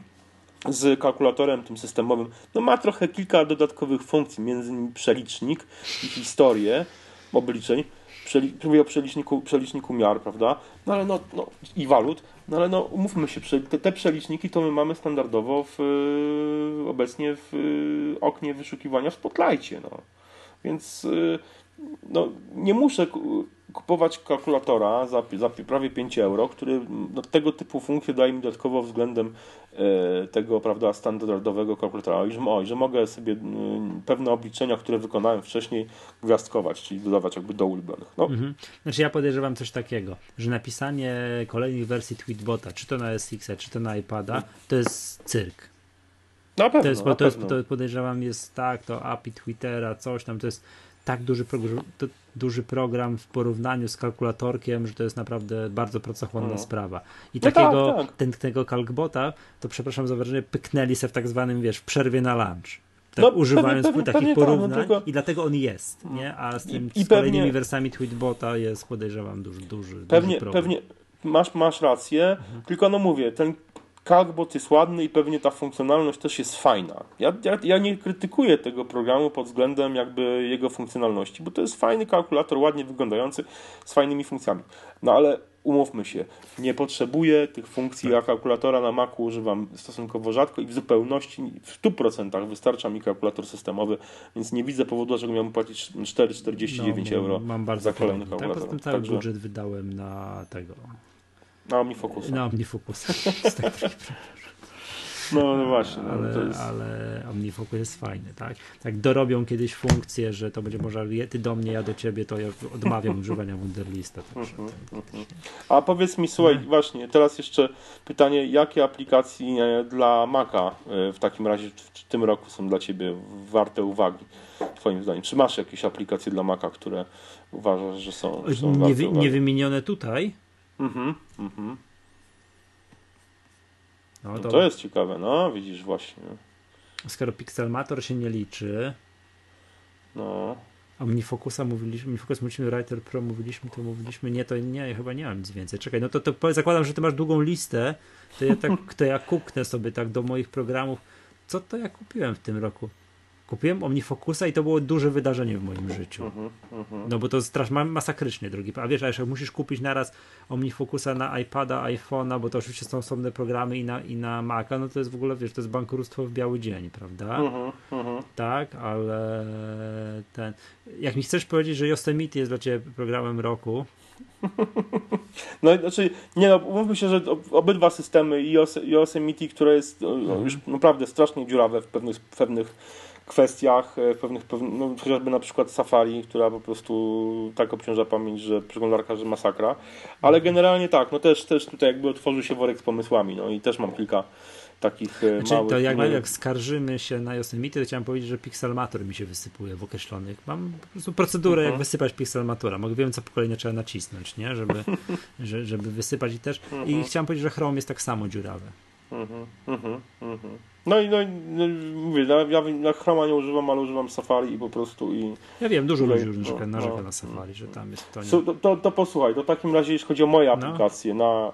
z kalkulatorem tym systemowym, ma trochę kilka dodatkowych funkcji, między innymi przelicznik i historię obliczeń. Mówię o przeliczniku miar, prawda? No ale i walut, ale umówmy się, te przeliczniki to my mamy standardowo obecnie w oknie wyszukiwania w Spotlightie, Więc nie muszę kupować kalkulatora za prawie 5 euro, który tego typu funkcje daje mi dodatkowo względem tego, prawda, standardowego kalkulatora. I że mogę sobie pewne obliczenia, które wykonałem wcześniej, gwiazdkować, czyli dodawać jakby do ulubionych. Znaczy ja podejrzewam coś takiego, że napisanie kolejnych wersji Tweetbota, czy to na SX, czy to na iPada, to jest cyrk. Na pewno, to podejrzewam jest tak, to API Twittera, coś tam, to jest tak duży program w porównaniu z kalkulatorkiem, że to jest naprawdę bardzo pracochłonna sprawa. I tego Calcbota, to przepraszam za wrażenie, pyknęli se w tak zwanym, w przerwie na lunch. Używając takich porównań i dlatego on jest, nie? A z kolejnymi wersjami Tweetbota jest, podejrzewam, duży problem. Pewnie masz rację, tylko mówię, ten Calcbot jest ładny i pewnie ta funkcjonalność też jest fajna. Ja nie krytykuję tego programu pod względem jakby jego funkcjonalności, bo to jest fajny kalkulator, ładnie wyglądający, z fajnymi funkcjami. Ale umówmy się, nie potrzebuję tych funkcji, ja kalkulatora na Macu używam stosunkowo rzadko i w zupełności, w 100% wystarcza mi kalkulator systemowy, więc nie widzę powodu, dlaczego miałbym płacić 4,49 euro za kolejny kalkulator. Poza tym cały budżet wydałem na tego... Na OmniFocusa. Na OmniFocusa. No właśnie. Ale OmniFocus jest fajny, tak? Tak dorobią kiedyś funkcję, że to będzie można, ty do mnie, ja do ciebie, to ja odmawiam używania Wunderlista. A powiedz mi, słuchaj, właśnie, teraz jeszcze pytanie, jakie aplikacje dla Maca w takim razie w tym roku są dla ciebie warte uwagi, twoim zdaniem? Czy masz jakieś aplikacje dla Maca, które uważasz, że są warte uwagi? Niewymienione tutaj? To jest ciekawe, widzisz właśnie. Skoro Pixelmator się nie liczy, OmniFocusa mówiliśmy, OmniFocus mówiliśmy, Writer Pro mówiliśmy, nie, to nie, chyba nie mam nic więcej. Czekaj, no to zakładam, że ty masz długą listę, to ja kuknę sobie tak do moich programów. Co to ja kupiłem w tym roku? Kupiłem OmniFocusa i to było duże wydarzenie w moim życiu. No bo to masakrycznie drogi. A wiesz, a jeszcze musisz kupić naraz OmniFocusa na iPada, iPhone'a, bo to oczywiście są osobne programy i na Maca, no to jest w ogóle, wiesz, to jest bankructwo w biały dzień, prawda? Tak, ale jak mi chcesz powiedzieć, że Yosemite jest dla ciebie programem roku. No znaczy, nie no, mówmy się, że obydwa systemy i Yosemite, które jest już naprawdę strasznie dziurawe w pewnych kwestiach, no, chociażby na przykład Safari, która po prostu tak obciąża pamięć, że przeglądarka, że masakra, ale generalnie tak, no też tutaj jakby otworzył się worek z pomysłami, no i też mam kilka takich małych... To jak skarżymy się na Yosemite, to chciałem powiedzieć, że Pixelmator mi się wysypuje w określonych. Mam po prostu procedurę, jak wysypać Pixelmatora. Wiem, co pokolenie trzeba nacisnąć, nie? Żeby wysypać i też... I chciałem powiedzieć, że Chrome jest tak samo dziurawy. No i mówię, ja na Chroma nie używam, ale używam Safari i po prostu Ja wiem, dużo ludzi narzeka na Safari, że tam jest to. To posłuchaj, to w takim razie jeśli chodzi o moje aplikacje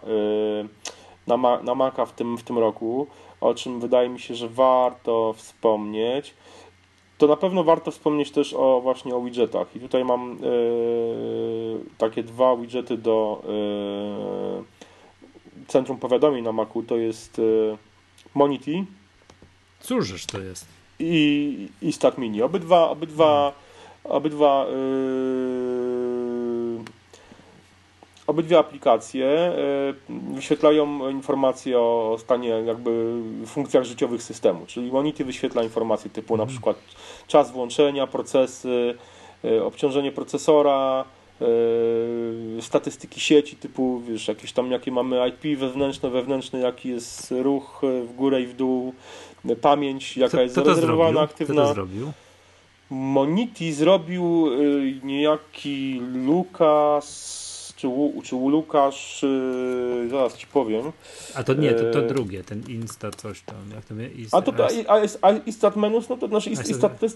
na Maca w tym roku, o czym wydaje mi się, że warto wspomnieć, to na pewno warto wspomnieć też właśnie o widgetach. I tutaj mam takie dwa widgety do centrum powiadomień na Macu, to jest Monity. Cóżż to jest? I Stat Mini. Obydwie aplikacje wyświetlają informacje o stanie, jakby funkcjach życiowych systemu, czyli Monity wyświetla informacje typu na przykład czas włączenia, procesy, obciążenie procesora, statystyki sieci typu, wiesz, jakie mamy IP wewnętrzny, jaki jest ruch w górę i w dół, pamięć, jaka jest zarezerwowana, aktywna. Kto to zrobił? Monity zrobił niejaki Lukas, czy Łukasz, zaraz ci powiem. A to nie, to drugie, ten Insta coś tam, jak to mówię? Istat Menus, no to znaczy Istat to jest...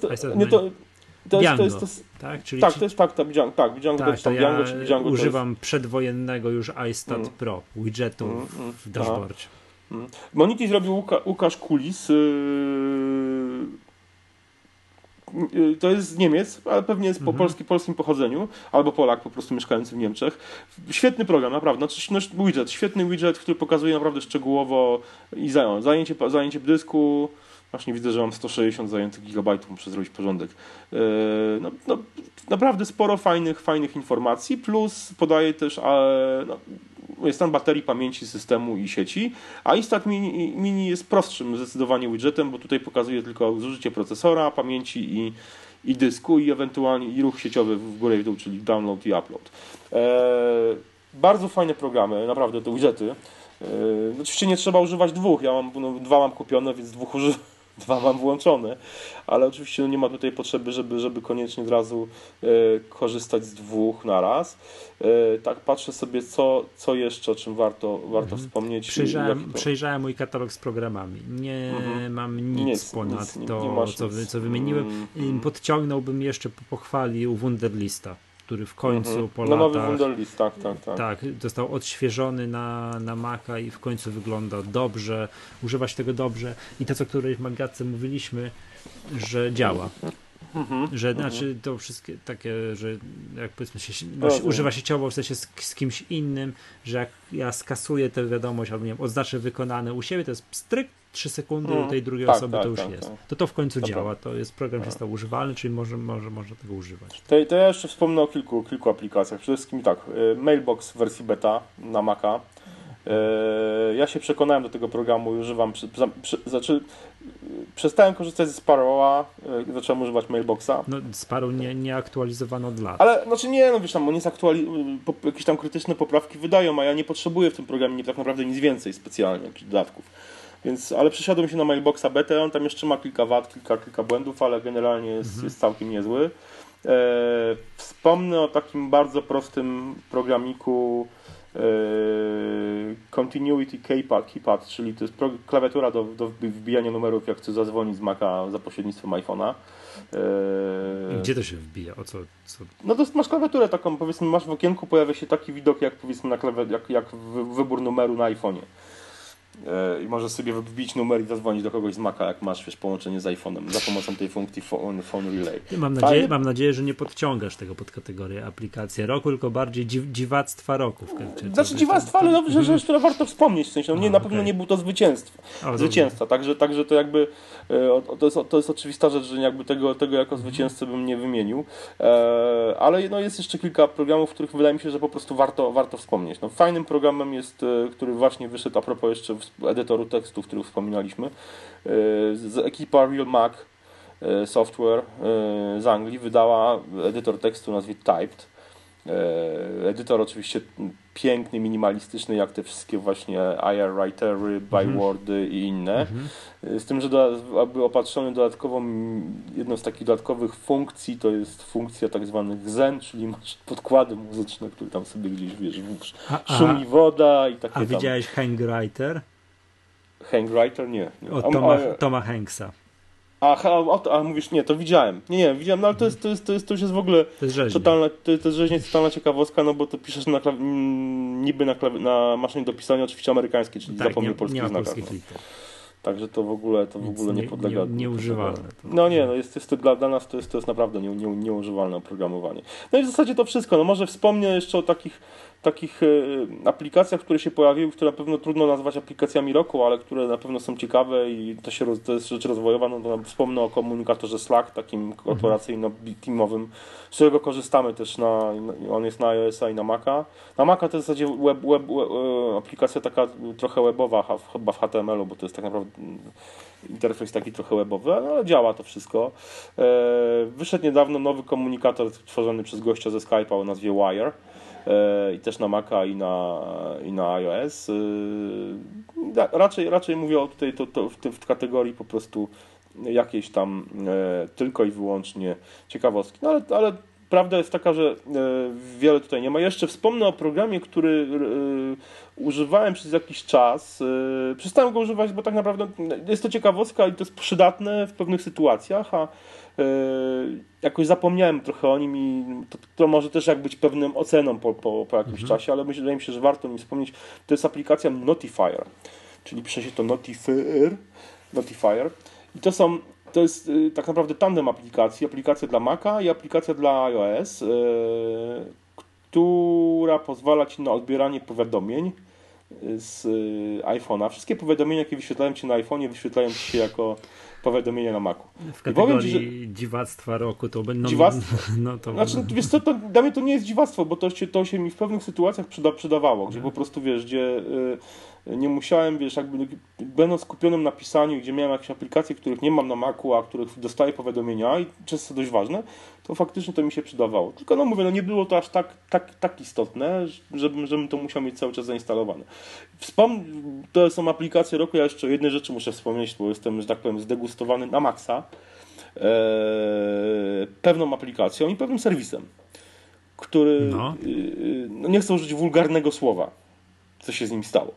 tak? Czyli tak, to jest Django. Tak, Django to jest to Django, ja czyli Django używam przedwojennego już iStat Pro, widgetu w dashboardzie. Monity zrobił Łukasz Kulis. To jest Niemiec, ale pewnie jest po polskim pochodzeniu, albo Polak po prostu mieszkający w Niemczech. Świetny program, naprawdę. Świetny widget, który pokazuje naprawdę szczegółowo i zajęcie dysku. Właśnie widzę, że mam 160 zajętych gigabajtów, muszę zrobić porządek. Naprawdę sporo fajnych informacji, plus podaje też stan baterii, pamięci systemu i sieci, a Instat Mini jest prostszym zdecydowanie widgetem, bo tutaj pokazuje tylko zużycie procesora, pamięci i dysku i ewentualnie i ruch sieciowy w górę i w dół, czyli download i upload. Bardzo fajne programy, naprawdę te widgety. Oczywiście nie trzeba używać dwóch, dwa mam kupione, więc dwa mam włączone, ale oczywiście nie ma tutaj potrzeby, żeby koniecznie od razu korzystać z dwóch naraz. Tak patrzę sobie, co jeszcze, o czym warto wspomnieć. Przejrzałem mój katalog z programami. Nie mam nic ponad to, co wymieniłem. Podciągnąłbym jeszcze, pochwalił Wunderlista, który w końcu po latach... nowy Wunderlist, tak. Tak, został odświeżony na Maca i w końcu wygląda dobrze, używa się tego dobrze i to, co którejś magatce mówiliśmy, że działa. Że znaczy to wszystkie takie, że jak powiedzmy się używa sieciowo w sensie z kimś innym, że jak ja skasuję tę wiadomość albo nie wiem, oznaczę wykonane u siebie, to jest pstryk, 3 sekundy u tej drugiej osoby to już jest. To w końcu działa. To jest program, się stał używalny, czyli można tego używać. To ja jeszcze wspomnę o kilku aplikacjach. Przede wszystkim tak, Mailbox w wersji beta na Maca. Ja się przekonałem do tego programu i używam, przestałem korzystać ze Sparrowa, zacząłem używać Mailboxa. No Sparrow nie aktualizowano od lat. Ale wiesz, tam on jest jakieś tam krytyczne poprawki wydają, a ja nie potrzebuję w tym programie tak naprawdę nic więcej specjalnie, jakichś dodatków. Ale przesiadłem się na Mailboxa betę, on tam jeszcze ma kilka wad, kilka błędów, ale generalnie jest całkiem niezły. Wspomnę o takim bardzo prostym programiku Continuity Keypad, czyli to jest klawiatura do wbijania numerów, jak chcę zadzwonić z Maca za pośrednictwem iPhone'a. Gdzie to się wbija? Co? No to masz klawiaturę taką, powiedzmy, masz w okienku, pojawia się taki widok, jak powiedzmy jak wybór numeru na iPhone'ie. I możesz sobie wbić numer i zadzwonić do kogoś z Maca, jak masz, wiesz, połączenie z iPhone'em za pomocą tej funkcji Phone Relay. Mam nadzieję, że nie podciągasz tego pod kategorię aplikacji roku, tylko bardziej dziwactwa roku. Znaczy dziwactwa, ale no, że to warto wspomnieć, w sensie, no, na pewno nie był to zwycięzca, także to jakby to jest oczywista rzecz, że jakby tego jako zwycięzcę bym nie wymienił, ale no, jest jeszcze kilka programów, których wydaje mi się, że po prostu warto wspomnieć. No, fajnym programem jest, który właśnie wyszedł a propos jeszcze edytoru tekstu, o którym wspominaliśmy, ekipa Real Mac Software z Anglii wydała edytor tekstu o nazwie Typed. Edytor oczywiście piękny, minimalistyczny, jak te wszystkie właśnie IR Writery, Bywordy i inne. Z tym, że jakby opatrzony dodatkową, jedną z takich dodatkowych funkcji to jest funkcja tak zwanych zen, czyli masz podkłady muzyczne, które tam sobie gdzieś, wiesz, szumi woda i takie tam. A widziałeś Hangwriter? Hangwriter? Nie. Toma Hanksa. A mówisz, nie, to widziałem. Nie, widziałem, no ale to już jest w ogóle totalna, to jest rzeźnie totalna ciekawostka, no bo to piszesz niby na maszynie do pisania, oczywiście amerykańskiej, czyli zapomnij polskich znakach. Także to w ogóle nie podlega. Nieużywalne. No nie, no jest to dla nas to jest naprawdę nieużywalne oprogramowanie. No i w zasadzie to wszystko. No może wspomnę jeszcze o takich aplikacjach, które się pojawiły, które na pewno trudno nazwać aplikacjami roku, ale które na pewno są ciekawe i to jest rzecz rozwojowa. No to wspomnę o komunikatorze Slack, takim korporacyjno-teamowym, z którego korzystamy też on jest na iOS-a i na Maca. Na Maca to jest w zasadzie aplikacja taka trochę webowa, chyba w HTML-u, bo to jest tak naprawdę interfejs taki trochę webowy, ale działa to wszystko. Wyszedł niedawno nowy komunikator tworzony przez gościa ze Skype'a o nazwie Wire. I też na Maca i na iOS. Raczej mówię o tutaj w kategorii po prostu jakiejś tam tylko i wyłącznie ciekawostki. No ale prawda jest taka, że wiele tutaj nie ma. Jeszcze wspomnę o programie, który używałem przez jakiś czas. Przestałem go używać, bo tak naprawdę jest to ciekawostka i to jest przydatne w pewnych sytuacjach, a jakoś zapomniałem trochę o nim i to może też jak być pewnym oceną po jakimś czasie, ale wydaje mi się, że warto o nim wspomnieć. To jest aplikacja Notifier, czyli pisze się to Notifier. I to jest tak naprawdę tandem aplikacji, aplikacja dla Maca i aplikacja dla iOS, która pozwala Ci na odbieranie powiadomień z iPhone'a. Wszystkie powiadomienia, jakie wyświetlają Ci na iPhone'ie, wyświetlają Ci się jako powiadomienia na Macu. W kategorii dziwactwa roku to będą... Znaczy, wiesz co, dla mnie to nie jest dziwactwo, bo to się mi w pewnych sytuacjach przydawało, gdzie po prostu, wiesz, gdzie nie musiałem, wiesz, jakby będąc skupionym na pisaniu, gdzie miałem jakieś aplikacje, których nie mam na Macu, a których dostaję powiadomienia i często dość ważne, to faktycznie to mi się przydawało. Tylko no mówię, nie było to aż tak istotne, żebym to musiał mieć cały czas zainstalowane. To są aplikacje roku, ja jeszcze o jednej rzeczy muszę wspomnieć, bo jestem, że tak powiem, zdegustowany na maksa pewną aplikacją i pewnym serwisem, który, nie chcę użyć wulgarnego słowa, co się z nim stało.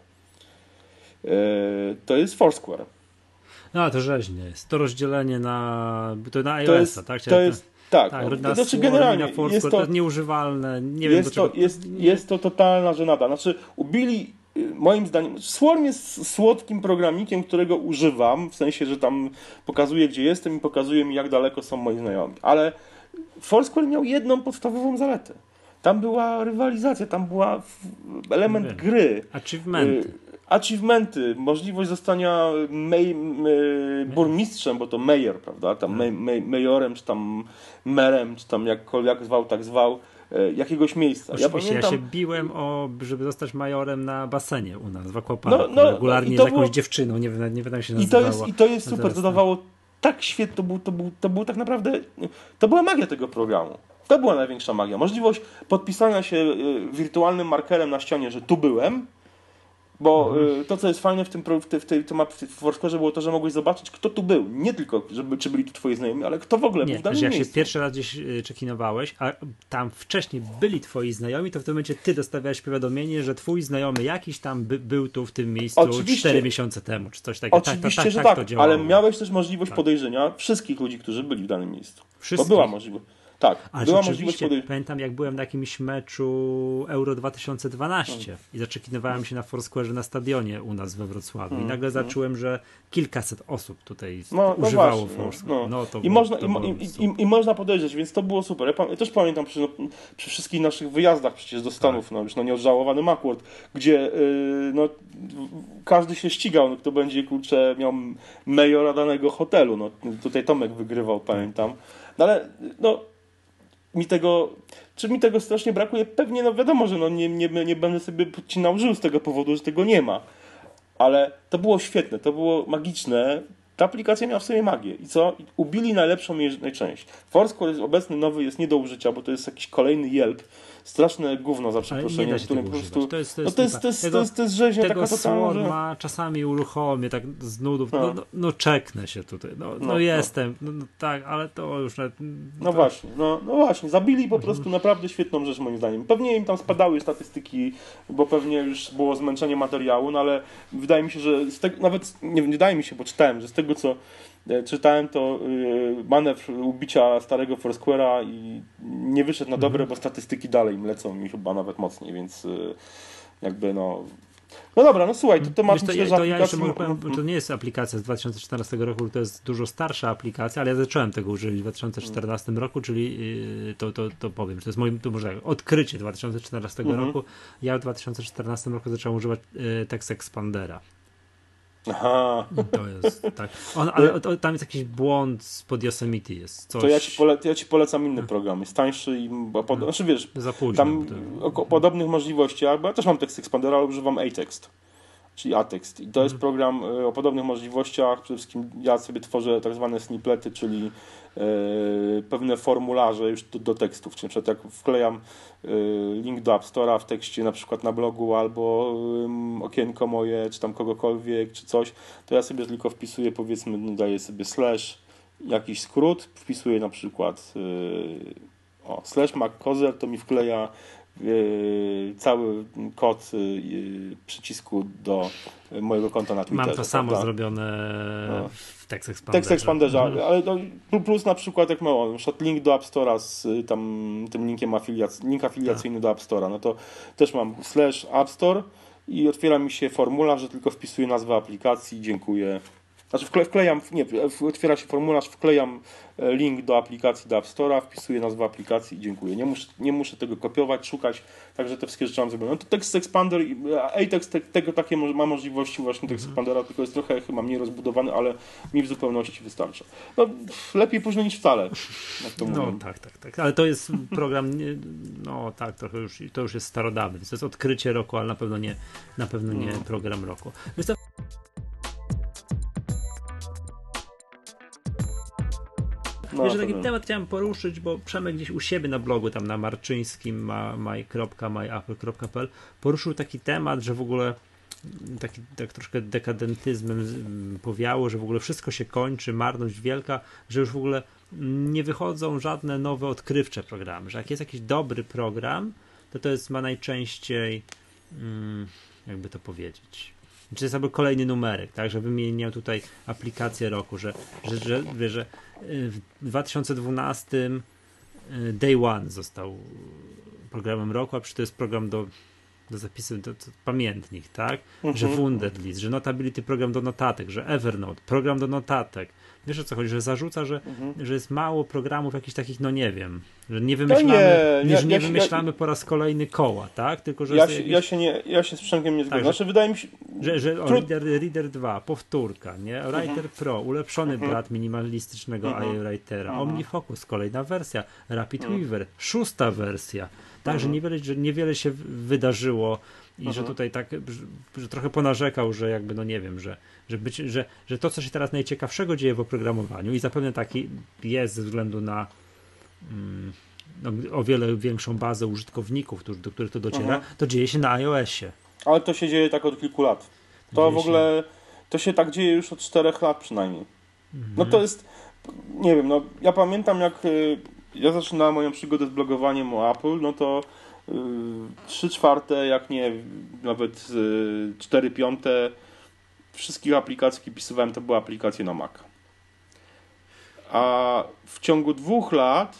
To jest Foursquare. No, to rzeźnie jest. To rozdzielenie na iOS-a, tak? Tak, znaczy generalnie to jest nieużywalne. Nie wiem, jest to totalna żenada. Znaczy, ubili, moim zdaniem, Swarm jest słodkim programikiem, którego używam, w sensie, że tam pokazuje, gdzie jestem i pokazuje mi, jak daleko są moi znajomi. Ale Foursquare miał jedną podstawową zaletę. Tam była rywalizacja, tam była element gry. Achievementy, możliwość zostania burmistrzem, bo to mayor, prawda, tam majorem, czy tam merem, czy tam jakkolwiek zwał, tak zwał, jakiegoś miejsca. Oczywiście, ja się biłem żeby zostać majorem na basenie u nas w Aquaparku, regularnie z jakąś dziewczyną, nie wiem jak się nazywała. I to jest super, to dawało tak świetnie, to był tak naprawdę, to była magia tego programu. To była największa magia. Możliwość podpisania się wirtualnym markerem na ścianie, że tu byłem, Bo to, co jest fajne w Foursquare było to, że mogłeś zobaczyć, kto tu był. Nie tylko, czy byli tu twoi znajomi, ale kto w ogóle był w danym jak miejscu. się pierwszy raz gdzieś check-inowałeś, a tam wcześniej byli twoi znajomi, to w tym momencie ty dostawałeś powiadomienie, że twój znajomy jakiś tam był tu w tym miejscu 4 miesiące temu, czy coś takiego. Oczywiście, że tak, ale miałeś też możliwość podejrzenia wszystkich ludzi, którzy byli w danym miejscu. Wszystkich? To była możliwość. Tak, ale była możliwość podejrzenia. Pamiętam, jak byłem na jakimś meczu Euro 2012 i zaczekinowałem się na Foursquare na stadionie u nas we Wrocławiu i nagle zacząłem, że kilkaset osób tutaj używało Foursquare. I można podejrzeć, więc to było super. Ja też pamiętam przy wszystkich naszych wyjazdach przecież do Stanów, już nieodżałowany Macworld, gdzie każdy się ścigał, kto będzie, miał majora danego hotelu. Tutaj Tomek wygrywał, pamiętam. Ale mi tego strasznie brakuje? Pewnie, wiadomo, że nie będę sobie podcinał żył z tego powodu, że tego nie ma. Ale to było świetne, to było magiczne. Ta aplikacja miała w sobie magię. I co? Ubili najlepszą jej część. Foursquare obecny nowy jest nie do użycia, bo to jest jakiś kolejny Yelp. Straszne gówno, za przeproszeniem, którym po prostu... To jest rzeźnia taka totalna, że... czasami uruchomię, tak z nudów, czeknę się tutaj, jestem, tak, ale to już... Właśnie, zabili po prostu naprawdę świetną rzecz moim zdaniem. Pewnie im tam spadały statystyki, bo pewnie już było zmęczenie materiału, ale wydaje mi się, że z tego, nawet, nie wydaje mi się, bo czytałem, że z tego, co czytałem, to manewr ubicia starego Foursquare'a i nie wyszedł na dobre, bo statystyki dalej im lecą mi chyba nawet mocniej, więc jakby no dobra, słuchaj, to temat myślę, że to nie jest aplikacja z 2014 roku, to jest dużo starsza aplikacja, ale ja zacząłem tego używać w 2014 roku, czyli to powiem, że to jest moje odkrycie 2014 roku. Ja w 2014 roku zacząłem używać Text Expandera. Aha. To jest tak. Ale tam jest jakiś błąd spod Yosemite jest. Coś... To ja ci polecam inny program. Jest tańszy i znaczy wiesz, za późno, tam o podobnych możliwościach, bo ja też mam Text Expandera, ale używam Atext, czyli Atext. I to jest program o podobnych możliwościach. Przede wszystkim ja sobie tworzę tak zwane snippety, czyli pewne formularze już do tekstów. Czyli na przykład jak wklejam link do App Store'a w tekście na przykład na blogu albo okienko moje, czy tam kogokolwiek, czy coś, to ja sobie tylko wpisuję, powiedzmy, daję sobie slash, jakiś skrót, wpisuję na przykład slash maccozer, to mi wkleja cały kod przycisku do mojego konta na Twitterze. Mam to samo zrobione w Text Expanderze. Text Expanderze, ale plus na przykład jak mam link do App Store'a z tym link afiliacyjny do App Store'a, no to też mam slash App Store i otwiera mi się formularz, że tylko wpisuję nazwę aplikacji, dziękuję. Znaczy otwiera się formularz, wklejam link do aplikacji do App Store'a, wpisuję nazwę aplikacji i dziękuję. Nie muszę tego kopiować, szukać, także te wszystkie rzeczy mam zrobione. No to Text Expander, Atext tego takie ma możliwości właśnie Text Expandera, tylko jest trochę chyba mniej rozbudowany, ale mi w zupełności wystarcza. Lepiej późno niż wcale. Jak to mówię. Tak, ale to jest program, trochę to już jest starodawny, więc to jest odkrycie roku, ale na pewno nie program roku. Wiesz, taki temat chciałem poruszyć, bo Przemek gdzieś u siebie na blogu, tam na marczyńskim my.apple.pl poruszył taki temat, że w ogóle tak troszkę dekadentyzmem powiało, że w ogóle wszystko się kończy, marność wielka, że już w ogóle nie wychodzą żadne nowe, odkrywcze programy, że jak jest jakiś dobry program, to ma najczęściej jakby to powiedzieć, czy jest jakby kolejny numerek, tak, że wymieniał tutaj aplikację roku, że w 2012 Day One został programem roku, a przecież to jest program do zapisu, do pamiętnik, tak? Że Wunderlist, że Notability program do notatek, że Evernote program do notatek. Wiesz, o co chodzi? Że zarzuca, że jest mało programów jakichś takich, nie wiem, że nie wymyślamy po raz kolejny koła, tak? Tylko, że ja się z Przemkiem nie zgadzam. Tak, znaczy, wydaje mi się... Reader 2, powtórka, nie? Writer Pro, ulepszony brat minimalistycznego iWritera, OmniFocus, kolejna wersja, Rapid Weaver, 6. wersja. Także niewiele się wydarzyło i że tutaj tak, że trochę ponarzekał, że jakby, nie wiem, że to, co się teraz najciekawszego dzieje w oprogramowaniu i zapewne taki jest ze względu na o wiele większą bazę użytkowników, do których to dociera, to dzieje się na iOSie. Ale to się dzieje tak od kilku lat. To w ogóle, to się tak dzieje już od 4 lat przynajmniej. No to jest, nie wiem, no ja pamiętam jak ja zaczynałem moją przygodę z blogowaniem o Apple, no to 3/4, jak nie, nawet 4/5 wszystkich aplikacji, jakie pisywałem, to były aplikacje na Maca. A w ciągu 2 lat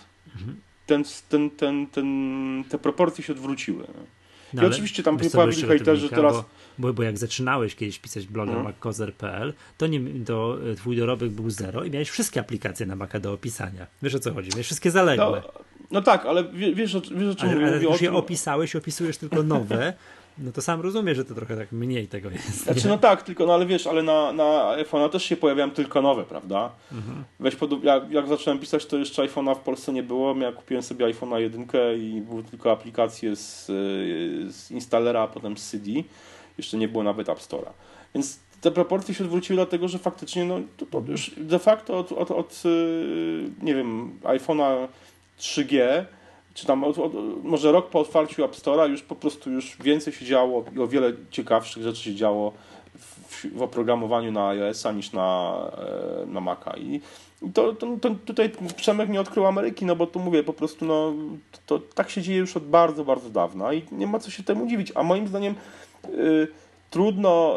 te proporcje się odwróciły. No, i oczywiście tam pojawili hejterzy teraz... Bo jak zaczynałeś kiedyś pisać bloga mackozer.pl, to twój dorobek był 0 i miałeś wszystkie aplikacje na Maca do opisania. Wiesz, o co chodzi? Miałeś wszystkie zaległe. No tak, ale wiesz o czym mówię. Ale już je opisałeś, opisujesz tylko nowe, no to sam rozumiesz, że to trochę tak mniej tego jest. Znaczy no tak, tylko, no ale wiesz, ale na iPhone'a też się pojawiają tylko nowe, prawda? Weź jak zacząłem pisać, to jeszcze iPhone'a w Polsce nie było. Ja kupiłem sobie iPhone'a 1 i były tylko aplikacje z instalera, a potem z CD. Jeszcze nie było nawet App Store'a. Więc te proporcje się odwróciły dlatego, że faktycznie no, to już de facto od nie wiem, iPhone'a 3G, czy tam może rok po otwarciu App Store'a już po prostu już więcej się działo i o wiele ciekawszych rzeczy się działo w oprogramowaniu na iOS-a niż na Maca. I to tutaj Przemek nie odkrył Ameryki, no bo tu mówię po prostu, no to tak się dzieje już od bardzo, bardzo dawna i nie ma co się temu dziwić. A moim zdaniem trudno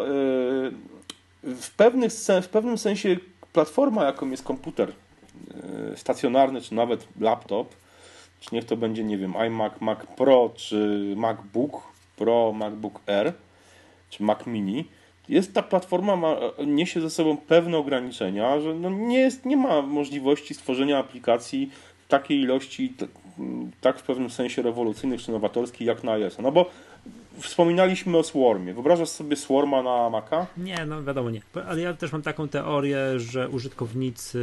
w pewnym sensie platforma, jaką jest komputer stacjonarny, czy nawet laptop, czy niech to będzie, nie wiem, iMac, Mac Pro, czy MacBook Pro, MacBook Air, czy Mac Mini, ta platforma niesie ze sobą pewne ograniczenia, że no nie ma możliwości stworzenia aplikacji takiej ilości, tak w pewnym sensie rewolucyjnych czy nowatorskich jak na iOS. No bo wspominaliśmy o Swarmie. Wyobrażasz sobie Swarma na Maca? Nie, no wiadomo nie. Ale ja też mam taką teorię, że użytkownicy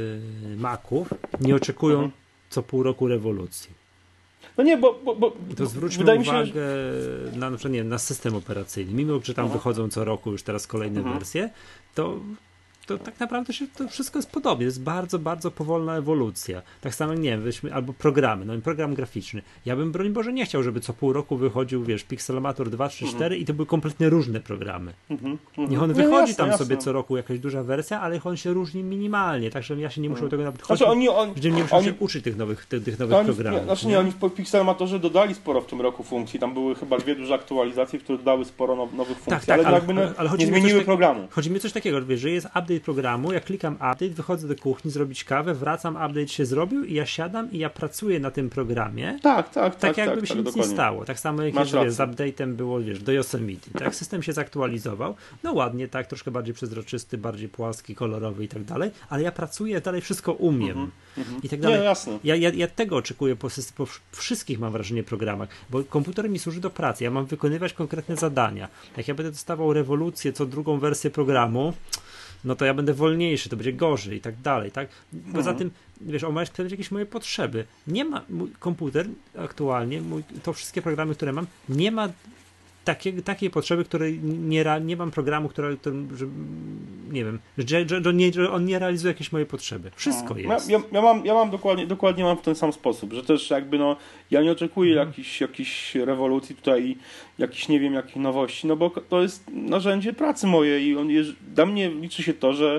Maców nie oczekują co pół roku rewolucji. No nie, bo to zwróćmy uwagę na, na przykład, nie wiem, na system operacyjny. Mimo, że tam wychodzą co roku już teraz kolejne wersje, to tak naprawdę to wszystko jest podobnie. To jest bardzo, bardzo powolna ewolucja. Tak samo, nie wiem, albo programy, no program graficzny. Ja bym, broń Boże, nie chciał, żeby co pół roku wychodził, wiesz, Pixelmator 2, 3, 4 i to były kompletnie różne programy. Niech on wychodzi tam sobie co roku jakaś duża wersja, ale on się różni minimalnie, także ja się nie muszę do tego nawet chodzić, że nie muszę się uczyć tych nowych programów. Znaczy nie, oni w Pixelmatorze dodali sporo w tym roku funkcji. Tam były chyba 2 duże aktualizacje, które dodały sporo nowych funkcji, ale nie zmieniły programu. Chodzi mi o coś takiego, wiesz, że jest update programu, ja klikam update, wychodzę do kuchni zrobić kawę, wracam, update się zrobił i ja siadam i ja pracuję na tym programie. Tak jakby się nic nie stało. Tak samo jak z update'em było, wiesz, do Yosemite. Tak, system się zaktualizował, no ładnie, tak, troszkę bardziej przezroczysty, bardziej płaski, kolorowy i tak dalej, ale ja pracuję, dalej wszystko umiem. I tak dalej. Nie, jasne. Ja tego oczekuję po wszystkich, mam wrażenie, programach, bo komputer mi służy do pracy, ja mam wykonywać konkretne zadania. Jak ja będę dostawał rewolucję, co drugą wersję programu, no to ja będę wolniejszy, to będzie gorzej i tak dalej, tak? Poza tym, wiesz, on ma spełniać jakieś moje potrzeby. Nie ma, mój komputer aktualnie, to wszystkie programy, które mam, nie ma takiej potrzeby, której nie mam programu, że nie wiem, że on nie realizuje jakieś moje potrzeby. Wszystko jest. Ja mam dokładnie mam w ten sam sposób, że też jakby no, ja nie oczekuję jakiejś rewolucji tutaj, jakichś nie wiem jakich nowości, no bo to jest narzędzie pracy mojej i dla mnie liczy się to, że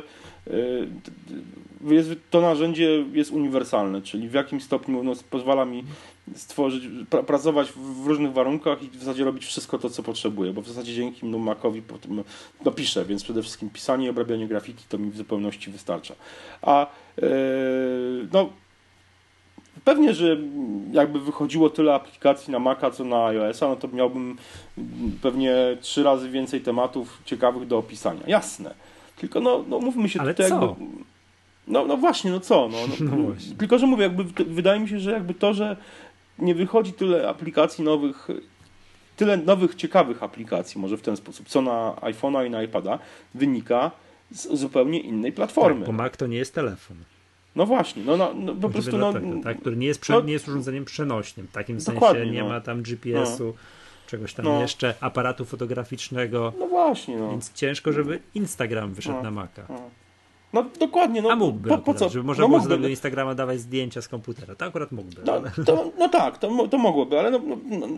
to narzędzie jest uniwersalne, czyli w jakimś stopniu pozwala mi pracować w różnych warunkach i w zasadzie robić wszystko to, co potrzebuję, bo w zasadzie dzięki Macowi piszę, więc przede wszystkim pisanie i obrabianie grafiki to mi w zupełności wystarcza. A no pewnie, że jakby wychodziło tyle aplikacji na Maca, co na iOS-a, no to miałbym pewnie 3 razy więcej tematów ciekawych do opisania. Jasne. Tylko no mówmy się ale tutaj co? jakby... No właśnie, no co? Tylko, że mówię, jakby wydaje mi się, że jakby to, że nie wychodzi tyle aplikacji nowych, tyle nowych, ciekawych aplikacji, może w ten sposób, co na iPhone'a i na iPada, wynika z zupełnie innej platformy. Tak, bo Mac to nie jest telefon. No właśnie, po prostu... tak, który nie jest urządzeniem przenośnym. W takim sensie nie ma tam GPS-u, czegoś tam jeszcze, aparatu fotograficznego. No właśnie, Więc ciężko, żeby Instagram wyszedł na Maca. No dokładnie. No, a mógłby po co? Żeby można było sobie do Instagrama dawać zdjęcia z komputera. To akurat mógłby. Tak, to mogłoby, ale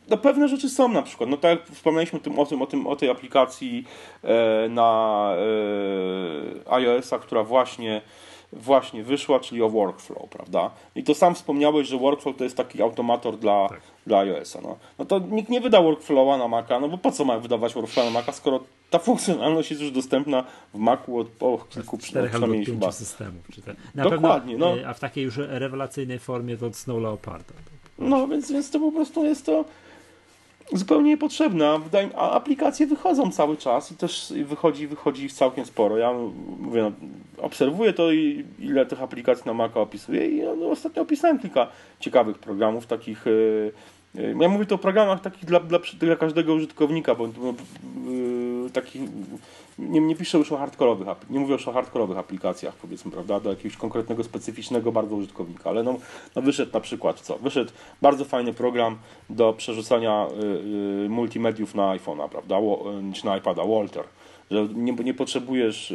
no pewne rzeczy są na przykład, no tak jak wspomnieliśmy o tej aplikacji na iOS-a, która właśnie wyszła, czyli o Workflow, prawda? I to sam wspomniałeś, że Workflow to jest taki automator dla iOS-a. No to nikt nie wyda Workflowa na Maca, no bo po co ma wydawać Workflow na Maca, skoro ta funkcjonalność jest już dostępna w Macu od kilku przynajmniej 5 systemów. Dokładnie. Pewno, a w takiej już rewelacyjnej formie to od Snow Leoparda. No, więc to po prostu jest to zupełnie niepotrzebne, a aplikacje wychodzą cały czas i też wychodzi całkiem sporo. Ja mówię, no, obserwuję to i ile tych aplikacji na Maca opisuję i no, ostatnio opisałem kilka ciekawych programów takich. Ja mówię to o programach takich dla każdego użytkownika, bo takich nie piszę już o hardkorowych, nie mówię już o hardkorowych aplikacjach, powiedzmy, prawda, do jakiegoś konkretnego, specyficznego bardzo użytkownika, ale no wyszedł na przykład wyszedł bardzo fajny program do przerzucania multimediów na iPhone'a, prawda, czy na iPada, Walter, że nie potrzebujesz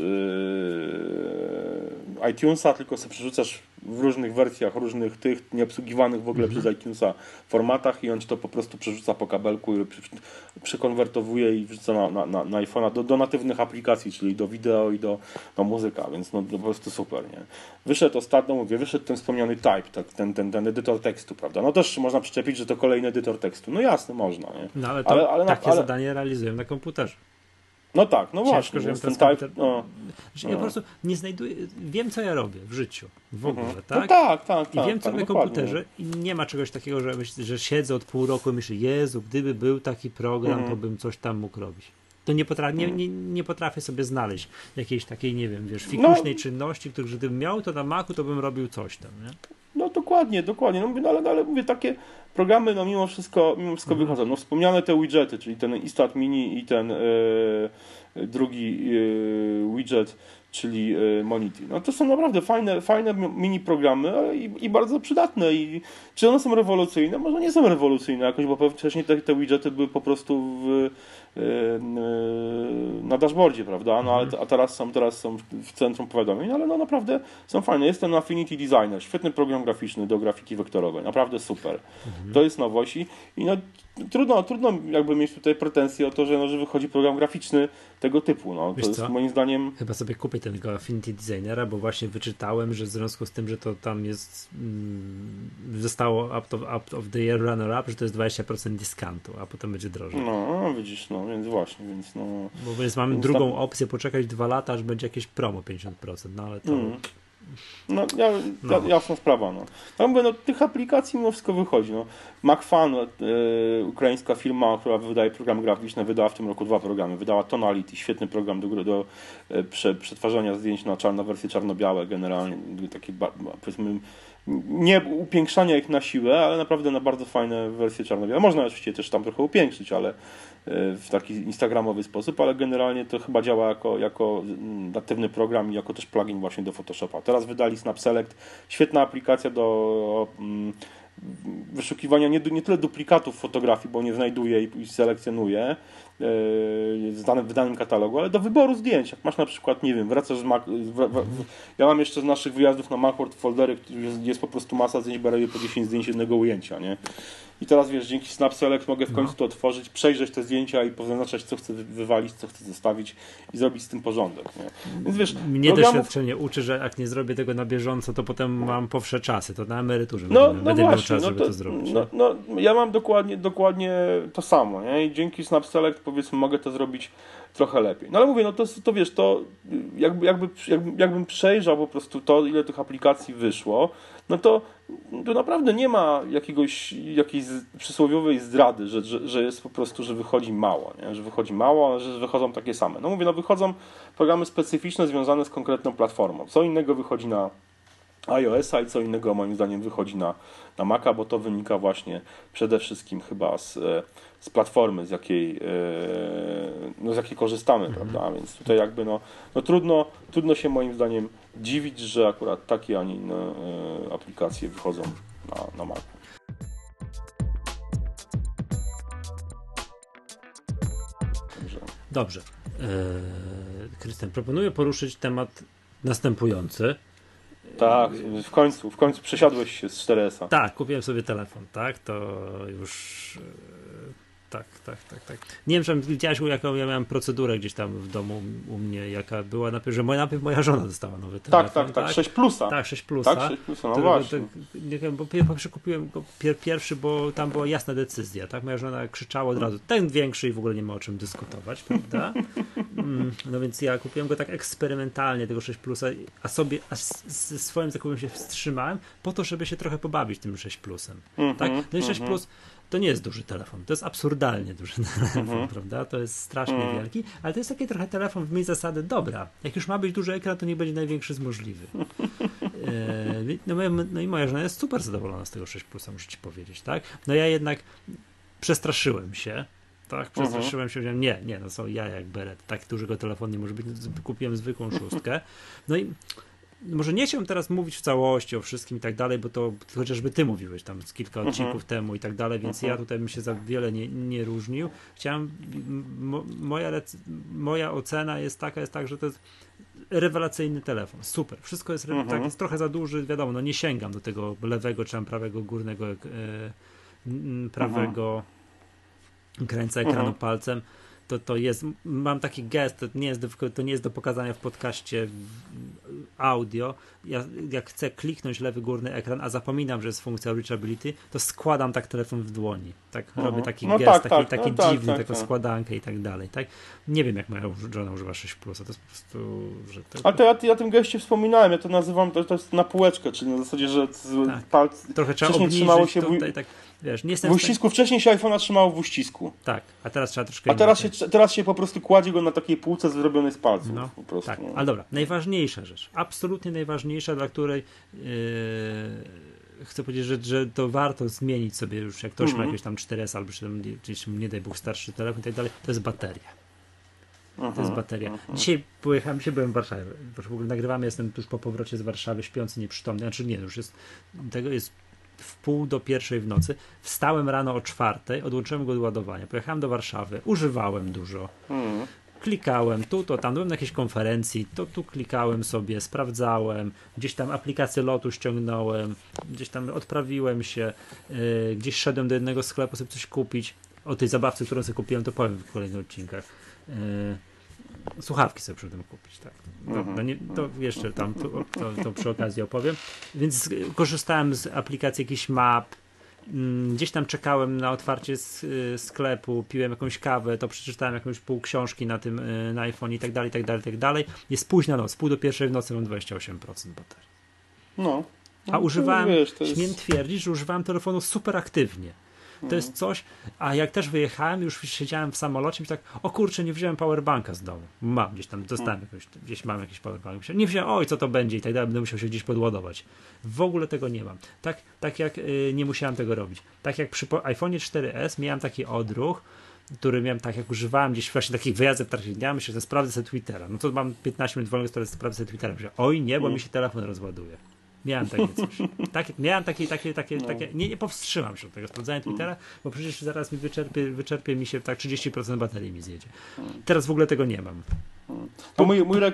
iTunesa, tylko sobie przerzucasz w różnych wersjach, różnych tych nieobsługiwanych w ogóle przez iTunesa formatach i on ci to po prostu przerzuca po kabelku i przekonwertowuje i wrzuca na iPhone'a do natywnych aplikacji, czyli do wideo i do muzyka, więc no po prostu super, nie? Wyszedł ostatnio, wyszedł ten wspomniany Type, tak, ten edytor tekstu, prawda? No też można przyczepić, że to kolejny edytor tekstu. No jasne, można, nie? No ale takie zadanie realizuję na komputerze. No tak, no ciężko, właśnie. Ten komputer... Ja po prostu nie znajduję, wiem co ja robię w życiu, w ogóle, tak? No tak. I wiem co na komputerze i nie ma czegoś takiego, że siedzę od pół roku i myślę, Jezu, gdyby był taki program, to bym coś tam mógł robić. To nie potrafię sobie znaleźć jakiejś takiej, nie wiem, wiesz, fikuśnej czynności, których gdybym miał to na Macu, to bym robił coś tam, nie? No dokładnie. No mówię, ale mówię, takie programy, no mimo wszystko wychodzą. No wspomniane te widgety, czyli ten Istat Mini i ten drugi widget, czyli Monity. No to są naprawdę fajne mini programy, ale i bardzo przydatne. I czy one są rewolucyjne? Może nie są rewolucyjne jakoś, bo wcześniej te widgety były po prostu na dashboardzie, prawda? No, a teraz są w centrum powiadomień, ale no naprawdę są fajne. Jest ten Affinity Designer, świetny program graficzny do grafiki wektorowej, naprawdę super. To jest nowość i no, trudno jakby mieć tutaj pretensje o to, że wychodzi program graficzny tego typu. No. To jest moim zdaniem... Chyba sobie kupię tego Affinity Designera, bo właśnie wyczytałem, że w związku z tym, że to tam jest zostało up of the year runner-up, że to jest 20% dyskantu, a potem będzie drożej. No, widzisz, no więc właśnie, więc no... Bo mamy drugą opcję, poczekać 2 lata, aż będzie jakieś promo 50%, no ale to... No, jasna sprawa. No mówię, tych aplikacji mimo wszystko wychodzi. No. MacFan, ukraińska firma, która wydaje program graficzny, wydała w tym roku 2 programy. Wydała Tonality, świetny program do przetwarzania zdjęć na wersje czarno-białe generalnie. Takie, powiedzmy, nie upiększania ich na siłę, ale naprawdę na bardzo fajne wersje czarno-białe. Można oczywiście też tam trochę upiększyć, ale w taki instagramowy sposób, ale generalnie to chyba działa jako natywny program i jako też plugin właśnie do Photoshopa. Teraz wydali Snap Select, świetna aplikacja do wyszukiwania nie tyle duplikatów fotografii, bo nie znajduje i selekcjonuje w danym katalogu, ale do wyboru zdjęć. Jak masz na przykład, nie wiem, wracasz z ja mam jeszcze z naszych wyjazdów na Macworld foldery, jest po prostu masa zdjęć, bo robię po 10 zdjęć jednego ujęcia, nie? I teraz wiesz, dzięki Snap Select mogę w końcu to otworzyć, przejrzeć te zdjęcia i pozaznaczać, co chcę wywalić, co chcę zostawić i zrobić z tym porządek. Nie? Więc wiesz, mnie doświadczenie uczy, że jak nie zrobię tego na bieżąco, to potem mam powsze czasy, to na emeryturze będę miał czas, żeby to zrobić. Ja mam dokładnie to samo, nie? I dzięki Snap Select, powiedzmy, mogę to zrobić trochę lepiej. No ale mówię, to wiesz, to jakbym przejrzał po prostu to, ile tych aplikacji wyszło, no to naprawdę nie ma jakiejś przysłowiowej zdrady, że jest po prostu, że wychodzi mało, nie? Że wychodzi mało, że wychodzą takie same. No mówię, wychodzą programy specyficzne związane z konkretną platformą. Co innego wychodzi na iOS-a i co innego moim zdaniem wychodzi na Maca, bo to wynika właśnie przede wszystkim chyba z platformy, z jakiej korzystamy, prawda? Więc tutaj jakby trudno się moim zdaniem dziwić, że akurat takie, a nie inne aplikacje wychodzą na Macu. Dobrze. Krystian, proponuję poruszyć temat następujący. Tak, w końcu przesiadłeś się z 4S-a. Tak, kupiłem sobie telefon, tak, to już Tak. Nie wiem, czy widziałeś, jaką ja miałem procedurę gdzieś tam w domu u mnie, jaka była najpierw, że najpierw moja żona dostała nowy telefon. Tak, 6 plusa. Tak, 6 plusa. Tak, 6 plusa, no właśnie. Nie wiem, bo kupiłem go pierwszy, bo tam była jasna decyzja, tak? Moja żona krzyczała od razu, ten większy i w ogóle nie ma o czym dyskutować, prawda? No więc ja kupiłem go tak eksperymentalnie, tego 6 plusa, a ze swoim zakupem się wstrzymałem po to, żeby się trochę pobawić tym 6 plusem. Tak? No i 6 plus to nie jest duży telefon, to jest absurdalnie duży telefon, prawda? To jest strasznie wielki, ale to jest taki trochę telefon w mojej zasady, dobra, jak już ma być duży ekran, to niech będzie największy z możliwych. No i moja żona jest super zadowolona z tego 6 plusa, muszę ci powiedzieć, tak? No ja jednak przestraszyłem się, tak? Przestraszyłem się, że nie, no są jaja jak beret, tak dużego telefonu nie może być, kupiłem zwykłą 6. No i może nie chciałem teraz mówić w całości o wszystkim i tak dalej, bo to chociażby ty mówiłeś tam z kilka odcinków temu i tak dalej, więc ja tutaj bym się za wiele nie różnił. Chciałem, moja ocena jest tak, że to jest rewelacyjny telefon, super, wszystko jest, tak, jest trochę za duży, wiadomo, no nie sięgam do tego lewego czy tam prawego górnego prawego kręcę ekranu palcem. To jest, mam taki gest, to nie jest do pokazania w podcaście audio. Ja jak chcę kliknąć lewy górny ekran, a zapominam, że jest funkcja reachability, to składam tak telefon w dłoni. Tak robię taki gest, taki dziwny, taką składankę i tak dalej. Tak? Nie wiem, jak moja żona używa 6 plusa, to jest po prostu... Ale to ja o tym geście wspominałem, ja to nazywam, to jest na półeczkę, czyli na zasadzie, że palce trochę trzeba obniżyć trzymało się tutaj, tak, wiesz, nie jestem w uścisku, wcześniej się iPhone'a trzymało w uścisku. Tak, a teraz trzeba troszkę teraz się po prostu kładzie go na takiej półce zrobionej z palców. No, po prostu. tak, ale dobra, najważniejsza rzecz, absolutnie najważniejsza, dla której chcę powiedzieć, że to warto zmienić sobie już, jak ktoś ma jakieś tam 4S albo gdzieś, nie daj Bóg, starszy telefon i tak dalej, to jest bateria. To jest bateria. Dzisiaj byłem w Warszawie, w ogóle nagrywamy, jestem tuż po powrocie z Warszawy, śpiący, nieprzytomny, znaczy nie, już jest, tego jest w 0:30 w nocy, wstałem rano o 4:00, odłączyłem go do ładowania, pojechałem do Warszawy, używałem dużo, klikałem tu, to tam, byłem na jakiejś konferencji, tu klikałem sobie, sprawdzałem, gdzieś tam aplikację lotu ściągnąłem, gdzieś tam odprawiłem się, gdzieś szedłem do jednego sklepu sobie coś kupić, o tej zabawce, którą sobie kupiłem, to powiem w kolejnych odcinkach. Słuchawki sobie przyszedłem kupić, tak. To jeszcze tam to przy okazji opowiem. Więc korzystałem z aplikacji jakichś map, gdzieś tam czekałem na otwarcie sklepu, piłem jakąś kawę, to przeczytałem jakąś pół książki na iPhone i tak dalej. Jest późna noc, 0:30 w nocy, mam 28% baterii. No a używałem, śmiem twierdzić, że używałem telefonu super aktywnie. To jest coś, a jak też wyjechałem, już siedziałem w samolocie i tak, o kurczę, nie wziąłem powerbanka z domu. Mam gdzieś tam, dostałem gdzieś mam jakiś powerbank. Nie wziąłem, oj, co to będzie i tak dalej, będę musiał się gdzieś podładować. W ogóle tego nie mam. Tak jak nie musiałem tego robić. Tak jak przy iPhone 4S miałem taki odruch, który miałem, tak jak używałem gdzieś właśnie takich wyjazdów w trakcie dnia, myślę, że sprawdzę sobie Twittera. No to mam 15 minut wolnego, to sprawdzę sobie Twittera. Myślę, oj nie, bo mi się telefon rozładuje. Miałem takie coś. Miałem takie, nie powstrzymam się od tego sprawdzania Twittera, bo przecież zaraz mi wyczerpie mi się, tak 30% baterii mi zjedzie. Teraz w ogóle tego nie mam. To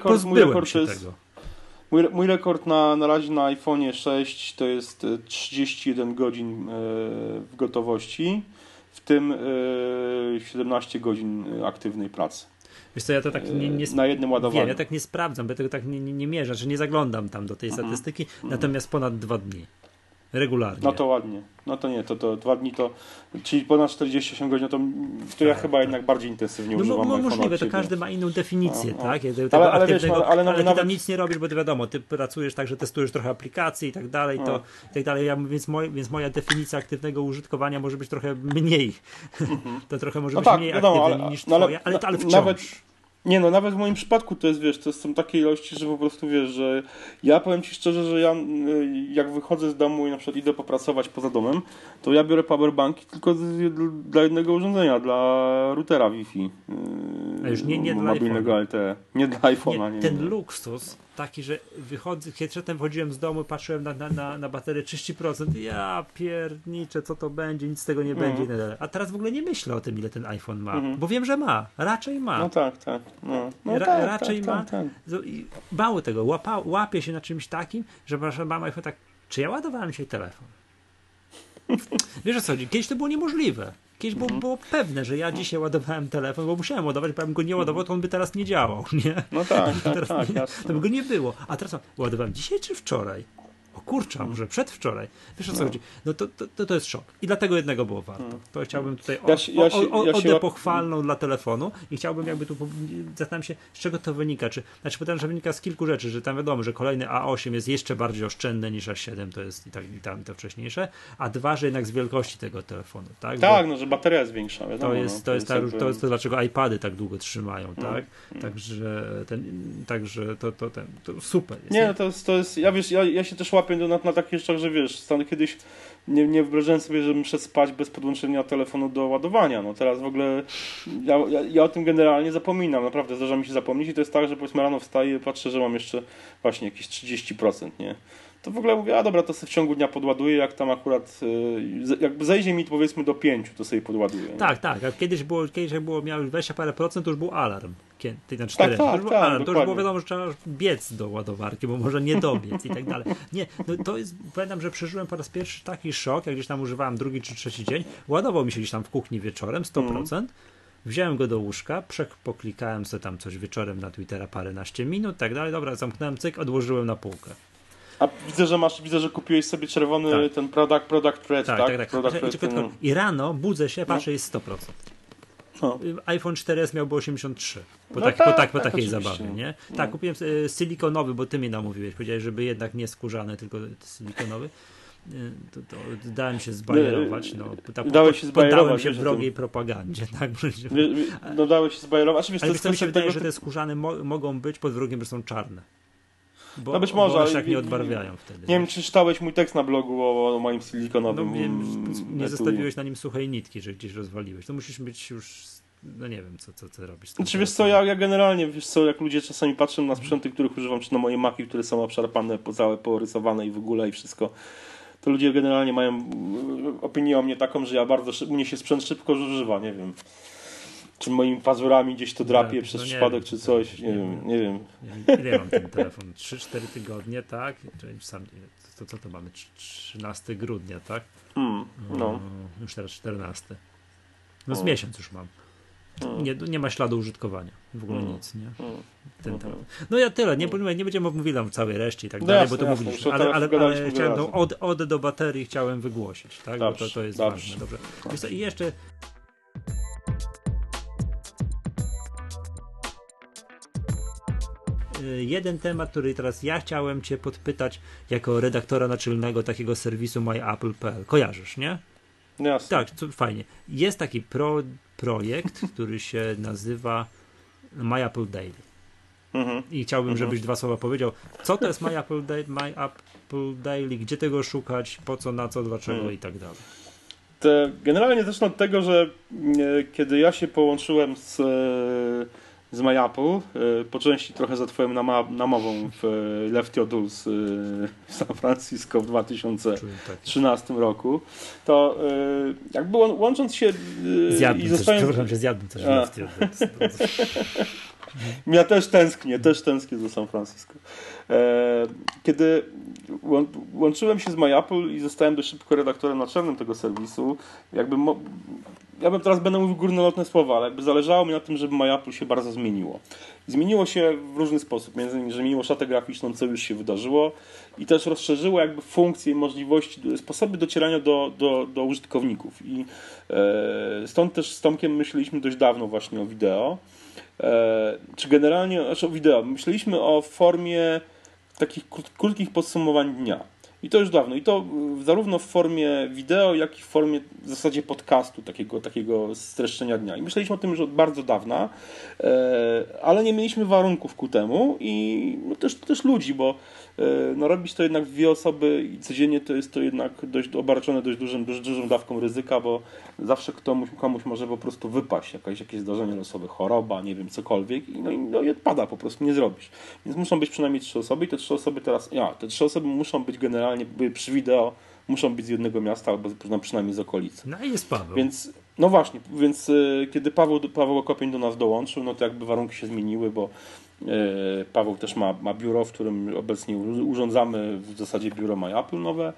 mój rekord na razie na iPhone'ie 6 to jest 31 godzin w gotowości, w tym 17 godzin aktywnej pracy. Wiesz co, ja to tak na jednym ładowaniu. Wiem, ja tak nie sprawdzam, bo ja tego tak nie mierzę, że nie zaglądam tam do tej statystyki, natomiast ponad 2 dni. Regularnie. No to ładnie. No to nie, to 2 dni to, czyli ponad 48 godzin, to ja chyba jednak bardziej intensywnie używam iPhone'a. Możliwe, to każdy ma inną definicję, tak? Ale ty tam nic nie robisz, bo ty wiadomo, ty pracujesz tak, że testujesz trochę aplikacji i tak dalej, więc moja definicja aktywnego użytkowania może być trochę mniej. To trochę może być mniej aktywny niż twoja, ale wciąż. Nie no, nawet w moim przypadku to jest, wiesz, to są takie ilości, że po prostu, wiesz, że ja powiem ci szczerze, że ja jak wychodzę z domu i na przykład idę popracować poza domem, to ja biorę powerbanki tylko dla jednego urządzenia, dla routera Wi-Fi. A już nie dla mobilnego LTE. Nie dla iPhone'a. Nie, ten luksus taki, że przedtem wychodziłem z domu, patrzyłem na baterię 30%, ja pierniczę, co to będzie, nic z tego nie będzie. A teraz w ogóle nie myślę o tym, ile ten iPhone ma, bo wiem, że ma, raczej ma. No tak. Raczej ma. Mało tego, łapie się na czymś takim, że mam iPhone tak, czy ja ładowałem dzisiaj telefon? Wiesz o co chodzi? Kiedyś to było niemożliwe. Kiedyś było pewne, że ja dzisiaj ładowałem telefon, bo musiałem ładować, bo bym go nie ładował, to on by teraz nie działał, nie? No tak, to by go nie było. A teraz ładowałem dzisiaj czy wczoraj? O kurczę, może przedwczoraj. Wiesz o co chodzi? No to jest szok. I dlatego jednego było warto. To chciałbym tutaj odę pochwalną dla telefonu i chciałbym jakby tu zastanawiam się, z czego to wynika. Znaczy podam, że wynika z kilku rzeczy, że tam wiadomo, że kolejny A8 jest jeszcze bardziej oszczędny niż A7, to jest i tam to wcześniejsze, a dwa, że jednak z wielkości tego telefonu. Tak, no, że bateria jest większa. Wiadomo, to jest to, dlaczego iPady tak długo trzymają, tak? Także to super jest. Nie, to jest ja się też łapię na takich rzeczach, że wiesz, kiedyś nie wyobrażałem sobie, żebym szedł spać bez podłączenia telefonu do ładowania. No teraz w ogóle ja o tym generalnie zapominam, naprawdę zdarza mi się zapomnieć i to jest tak, że powiedzmy rano wstaję, patrzę, że mam jeszcze właśnie jakieś 30%, nie? To w ogóle mówię, dobra, to sobie w ciągu dnia podładuję, jak tam akurat, jakby zejdzie mi powiedzmy do 5, to sobie podładuję. Nie? Tak, jak kiedyś jak miałeś 20 parę procent, to już był alarm. Na 4. To już było wiadomo, że trzeba biec do ładowarki, bo może nie dobiec i tak dalej. Nie, no to jest, pamiętam, że przeżyłem po raz pierwszy taki szok, jak gdzieś tam używałem drugi czy trzeci dzień, ładował mi się gdzieś tam w kuchni wieczorem, 100%, wziąłem go do łóżka, poklikałem sobie tam coś wieczorem na Twittera paręnaście minut, tak dalej, dobra, zamknąłem cyk, odłożyłem na półkę. A widzę, że kupiłeś sobie czerwony ten product red, tak? I rano budzę się, patrzę, jest 100%. No. iPhone 4S miałby 83 po takiej zabawie, nie? Tak, kupiłem silikonowy, bo ty mnie namówiłeś, powiedziałeś, żeby jednak nie skórzany, tylko silikonowy. To dałem się zbajerować. Poddałem się wrogiej propagandzie. Tak? Dałeś się zbajerować. Ale wiesz, co mi się wydaje, że te skórzane mogą być pod wrogiem, że są czarne. No być może, ale tak nie odbarwiają wtedy. Nie wiem, czy czytałeś mój tekst na blogu o moim silikonowym. Nie zostawiłeś na nim suchej nitki, że gdzieś rozwaliłeś. To musisz być już, no nie wiem, co robisz. Czy wiesz co, ja generalnie, jak ludzie czasami patrzą na sprzęty, których używam, czy na moje Maci, które są obszarpane, całe porysowane i w ogóle i wszystko, to ludzie generalnie mają opinię o mnie taką, że mnie się sprzęt szybko zużywa, nie wiem. Czy moimi pazurami gdzieś to drapie przez przypadek, czy coś, nie wiem. Ile mam ten telefon? 3-4 tygodnie, tak? Co to mamy? 13 grudnia, tak? No. Już teraz 14. No z miesiąc już mam. Nie ma śladu użytkowania. W ogóle nic, nie? Ten telefon. No ja tyle, nie będziemy mówili o całej reszcie i tak dalej, bo to mówiliśmy. Ale chciałem tą odę do baterii chciałem wygłosić, tak? Dobrze, bo to jest ważne. Dobrze. I jeszcze jeden temat, który teraz ja chciałem cię podpytać jako redaktora naczelnego takiego serwisu myapple.pl. Kojarzysz, nie? Jasne. Tak, to fajnie. Jest taki projekt, który się nazywa MyApple Daily. I chciałbym, żebyś dwa słowa powiedział, co to jest MyApple Daily, gdzie tego szukać, po co, na co, dlaczego i tak dalej. Generalnie zacznę od tego, że kiedy ja się połączyłem z MyApple, po części trochę za twoją namową w Lefty O'Dulls w San Francisco w 2013 roku, to jakby łącząc się zjadłem coś w Lefty O'Dulls. Ja też tęsknię do San Francisco. Kiedy łączyłem się z MyApple i zostałem dość szybko redaktorem naczelnym tego serwisu, ja teraz będę mówił górnolotne słowa, ale jakby zależało mi na tym, żeby MyApple się bardzo zmieniło. Zmieniło się w różny sposób, między innymi, że zmieniło szatę graficzną, co już się wydarzyło i też rozszerzyło jakby funkcje, możliwości, sposoby docierania do użytkowników. I stąd też z Tomkiem myśleliśmy dość dawno właśnie o wideo. Czy generalnie o wideo. Myśleliśmy o formie takich krótkich podsumowań dnia. I to już dawno. I to zarówno w formie wideo, jak i w formie w zasadzie podcastu, takiego streszczenia dnia. I myśleliśmy o tym już od bardzo dawna, ale nie mieliśmy warunków ku temu i też ludzi, bo robić to jednak dwie osoby i codziennie to jest to jednak dość obarczone dość dużą dawką ryzyka, bo zawsze komuś może po prostu wypaść jakieś zdarzenie losowe, choroba, nie wiem, cokolwiek i odpada, po prostu nie zrobisz. Więc muszą być przynajmniej 3 osoby i te 3 osoby te 3 osoby muszą być generalnie przy wideo, muszą być z jednego miasta albo przynajmniej z okolicy. No i jest Paweł. Więc No właśnie, więc kiedy Paweł Okopień do nas dołączył, no to jakby warunki się zmieniły, bo Paweł też ma biuro, w którym obecnie urządzamy w zasadzie biuro MyApple nowe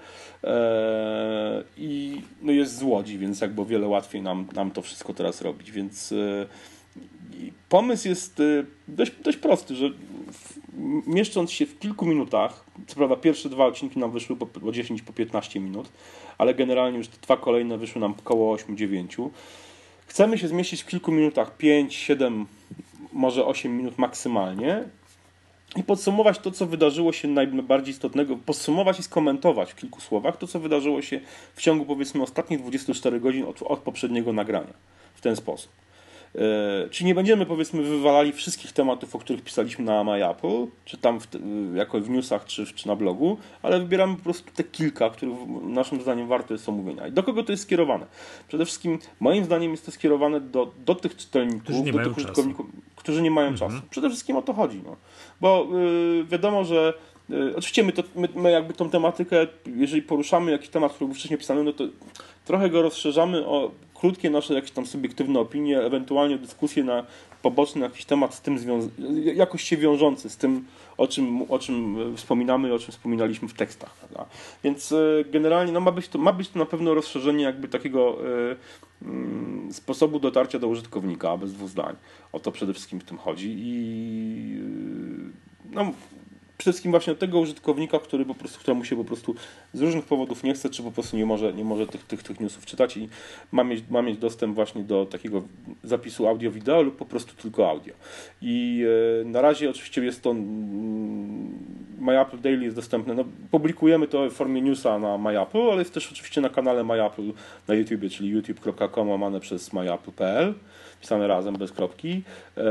i no jest z Łodzi, więc jakby o wiele łatwiej nam to wszystko teraz robić, więc pomysł jest dość prosty, że mieszcząc się w kilku minutach, co prawda pierwsze 2 odcinki nam wyszły po 10, po 15 minut, ale generalnie już te 2 kolejne wyszły nam około 8-9. Chcemy się zmieścić w kilku minutach, 5, 7, może 8 minut maksymalnie i podsumować to, co wydarzyło się najbardziej istotnego, podsumować i skomentować w kilku słowach to, co wydarzyło się w ciągu powiedzmy ostatnich 24 godzin od poprzedniego nagrania w ten sposób. Czyli nie będziemy powiedzmy wywalali wszystkich tematów, o których pisaliśmy na MyApple, czy tam jako w newsach, czy na blogu, ale wybieramy po prostu te kilka, których naszym zdaniem warto jest omówienia. I do kogo to jest skierowane? Przede wszystkim moim zdaniem jest to skierowane do tych czytelników, do tych użytkowników, którzy nie mają czasu. Przede wszystkim o to chodzi. No. Bo wiadomo, że oczywiście my jakby tą tematykę, jeżeli poruszamy jakiś temat, który był wcześniej pisany, no to trochę go rozszerzamy o krótkie nasze jakieś tam subiektywne opinie, ewentualnie dyskusje na poboczny jakiś temat z tym jakoś się wiążący z tym, o czym wspominamy i o czym wspominaliśmy w tekstach. Prawda? Więc generalnie no, ma być to na pewno rozszerzenie jakby takiego sposobu dotarcia do użytkownika, bez dwóch zdań. O to przede wszystkim w tym chodzi i no, przede wszystkim właśnie od tego użytkownika, któremu się po prostu z różnych powodów nie chce, czy po prostu nie może tych newsów czytać i ma mieć dostęp właśnie do takiego zapisu audio-wideo lub po prostu tylko audio. I na razie oczywiście jest to MyApple Daily jest dostępne, no, publikujemy to w formie newsa na MyApple, ale jest też oczywiście na kanale MyApple na YouTubie, czyli youtube.com łamane przez myapple.pl, pisane razem, bez kropki.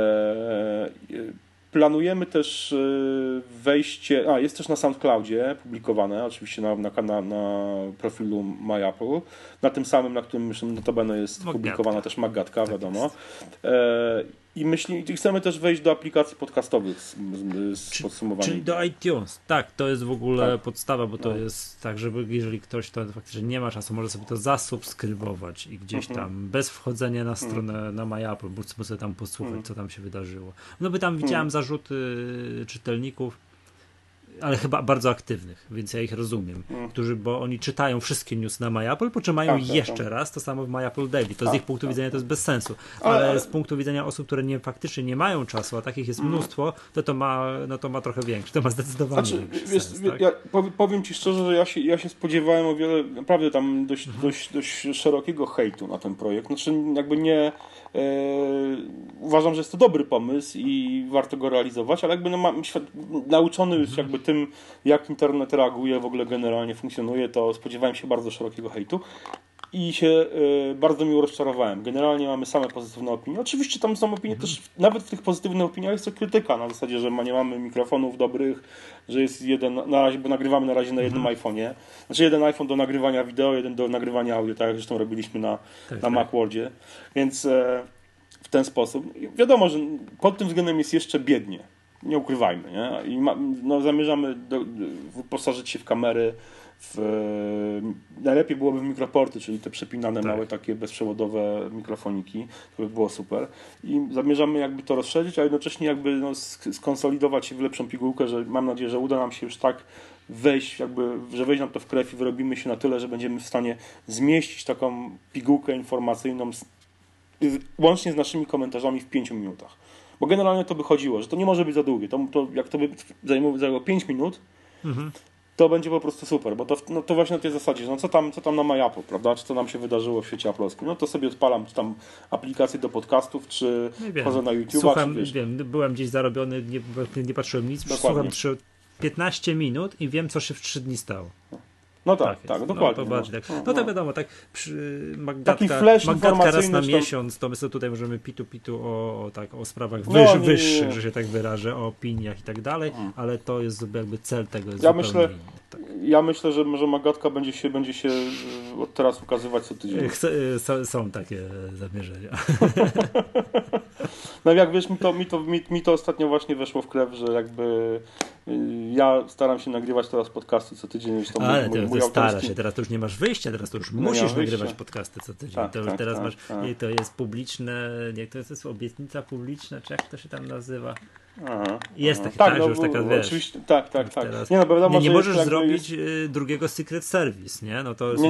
Planujemy też wejście, jest też na SoundCloudzie publikowane, oczywiście na profilu MyApple, na tym samym, na którym notabene jest publikowana też Maggatka, wiadomo. I chcemy też wejść do aplikacji podcastowych z podsumowaniem. Czyli do iTunes. Tak, to jest w ogóle podstawa, bo to jest tak, żeby jeżeli ktoś to faktycznie nie ma czasu, może sobie to zasubskrybować i gdzieś tam bez wchodzenia na stronę na MyApple, bo sobie tam posłuchać, co tam się wydarzyło. No by tam widziałem zarzuty czytelników, ale chyba bardzo aktywnych, więc ja ich rozumiem, bo oni czytają wszystkie newsy na MyApple, po czym mają jeszcze raz to samo w MyApple Daily. To z ich punktu widzenia to jest bez sensu, ale z punktu widzenia osób, które faktycznie nie mają czasu, a takich jest mnóstwo, to ma trochę większy, to ma zdecydowanie większy sens. Tak? Ja powiem Ci szczerze, że ja się spodziewałem o wiele, naprawdę tam dość szerokiego hejtu na ten projekt. Znaczy jakby nie uważam, że jest to dobry pomysł i warto go realizować, ale jakby nauczony już jakby tym, jak internet reaguje, w ogóle generalnie funkcjonuje, to spodziewałem się bardzo szerokiego hejtu i się bardzo miło rozczarowałem. Generalnie mamy same pozytywne opinie. Oczywiście tam są opinie też, nawet w tych pozytywnych opiniach jest to krytyka na zasadzie, że nie mamy mikrofonów dobrych, że jest jeden, na razie, bo nagrywamy na razie na jednym iPhone'ie. Znaczy jeden iPhone do nagrywania wideo, jeden do nagrywania audio, tak jak zresztą robiliśmy na Macworldzie. Więc w ten sposób. Wiadomo, że pod tym względem jest jeszcze biednie. Nie ukrywajmy, nie? I zamierzamy wyposażyć się w kamery, najlepiej byłoby w mikroporty, czyli te przepinane małe takie bezprzewodowe mikrofoniki, to by było super. I zamierzamy jakby to rozszerzyć, a jednocześnie jakby skonsolidować się w lepszą pigułkę, że mam nadzieję, że uda nam się już tak wejść, że wejść nam to w krew i wyrobimy się na tyle, że będziemy w stanie zmieścić taką pigułkę informacyjną łącznie z naszymi komentarzami w 5 minutach. Bo generalnie to by chodziło, że to nie może być za długie. Jak to by zajęło 5 minut, to będzie po prostu super, bo to właśnie na tej zasadzie, że co tam na MyApple, prawda? Czy co nam się wydarzyło w świecie aplołskim? No to sobie odpalam czy tam aplikacje do podcastów, czy wchodzę na YouTube'a. Słucham, byłem gdzieś zarobiony, nie patrzyłem nic, słucham 15 minut i wiem, co się w 3 dni stało. No tak, dokładnie. No to wiadomo, tak Maggatka raz na miesiąc, to my sobie tutaj możemy pitu o sprawach wyższych, że się tak wyrażę, o opiniach i tak dalej, ale to jest jakby cel tego jest zupełnie inny. Tak. Ja myślę, że Maggatka będzie się od teraz ukazywać co tydzień. Są takie zamierzenia. No jak wiesz, mi to ostatnio właśnie weszło w krew, że jakby ja staram się nagrywać teraz podcasty co tydzień. Już to ale ty starasz się, teraz to już nie masz wyjścia, teraz to już musisz nagrywać podcasty co tydzień. Tak, to już teraz masz, to jest publiczne, to jest obietnica publiczna, czy jak to się tam nazywa? Jest takie, tak, że już taka, wiesz. Oczywiście, tak. Teraz, no wiadomo, nie możesz zrobić drugiego Secret Service, nie? No to jest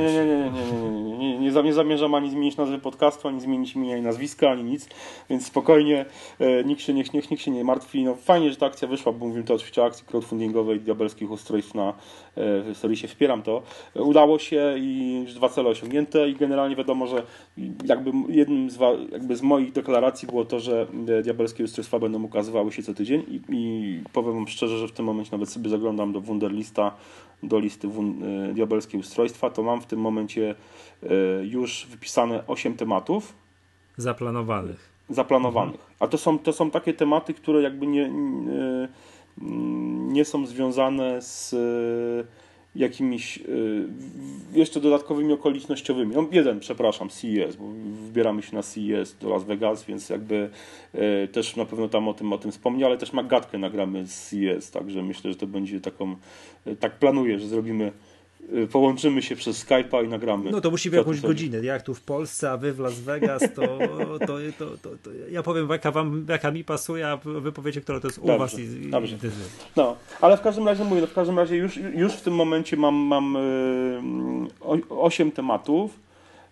nie zamierzam ani zmienić nazwy podcastu, ani zmienić imienia, ani nazwiska, ani nic, więc spokojnie, nikt się nie martwi. No fajnie, że ta akcja wyszła, bo mówimy to oczywiście o akcji crowdfundingowej diabelskich ustrojstw na serwisie, wspieram to. Udało się i już 2 cele osiągnięte i generalnie wiadomo, że jakby jednym z moich deklaracji było to, że diabelskie ustrojstwa będą ukazywały się co tydzień i powiem wam szczerze, że w tym momencie nawet sobie zaglądam do Wunderlista, do listy diabelskie ustrojstwa, to mam w tym momencie już wypisane 8 tematów zaplanowanych. A to są takie tematy, które jakby nie są związane z jakimiś jeszcze dodatkowymi okolicznościowymi. No przepraszam, CES, bo wybieramy się na CES do Las Vegas, więc jakby też na pewno tam o tym wspomnę, ale też Maggatkę nagramy z CES, także myślę, że to będzie tak planuję, że połączymy się przez Skype'a i nagramy. No to musi być jakąś godzinę. Jak tu w Polsce, a wy w Las Vegas, to ja powiem, jaka mi pasuje, a wy powiecie, która to jest u was. Dobrze. No, ale w każdym razie mówię, już w tym momencie mam 8 tematów.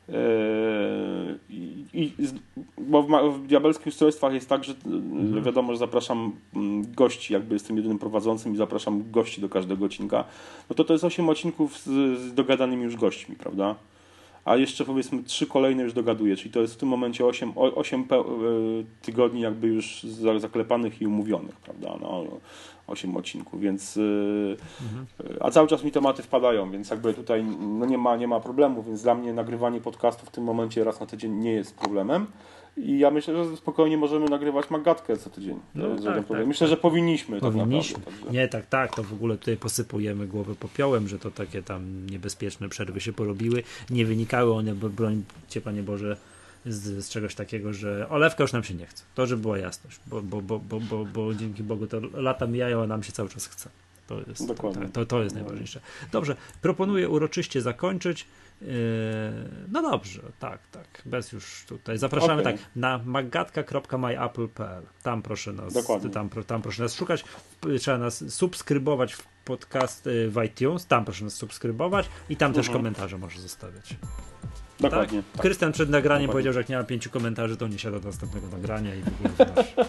Bo w diabelskich ustrojstwach jest tak, że wiadomo, że zapraszam gości, jakby jestem jedynym prowadzącym i zapraszam gości do każdego odcinka, no to jest 8 odcinków z dogadanymi już gośćmi, prawda? A jeszcze powiedzmy 3 kolejne już dogaduję, czyli to jest w tym momencie 8 tygodni jakby już zaklepanych i umówionych, prawda? No, 8 odcinków, więc a cały czas mi tematy wpadają, więc jakby tutaj no nie ma problemu, więc dla mnie nagrywanie podcastu w tym momencie raz na tydzień nie jest problemem i ja myślę, że spokojnie możemy nagrywać Maggatkę co tydzień. Myślę, że powinniśmy. Nie, tak, to w ogóle tutaj posypujemy głowę popiołem, że to takie tam niebezpieczne przerwy się porobiły, nie wynikały one, broń Cię Panie Boże, z czegoś takiego, że olewka już nam się nie chce. To, żeby była jasność, bo dzięki Bogu to lata mijają, a nam się cały czas chce. To jest najważniejsze. Dobrze, proponuję uroczyście zakończyć. No dobrze, tak, bez już tutaj. Zapraszamy na maggatka.myapple.pl. Tam proszę nas szukać. Trzeba nas subskrybować w podcast w iTunes. Tam proszę nas subskrybować i tam też komentarze może zostawiać. Dokładnie. Tak? Krystian przed nagraniem powiedział, że jak nie ma 5 komentarzy, to nie siada do następnego nagrania i w ogóle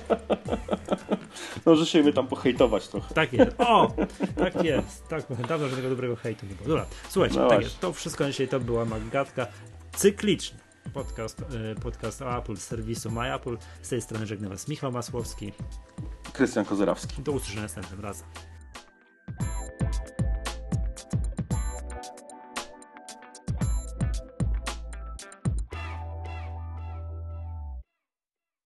No, że się my tam pohejtować trochę. Tak jest. Tak jest. Tak, dawno żadnego dobrego hejtu nie było. Dobra, słuchajcie, tak jest. To wszystko dzisiaj to była Maggatka. Cykliczny podcast o Apple z serwisu MyApple. Z tej strony żegna was Michał Masłowski. Krystian Kozerawski. Do usłyszenia następnym razem.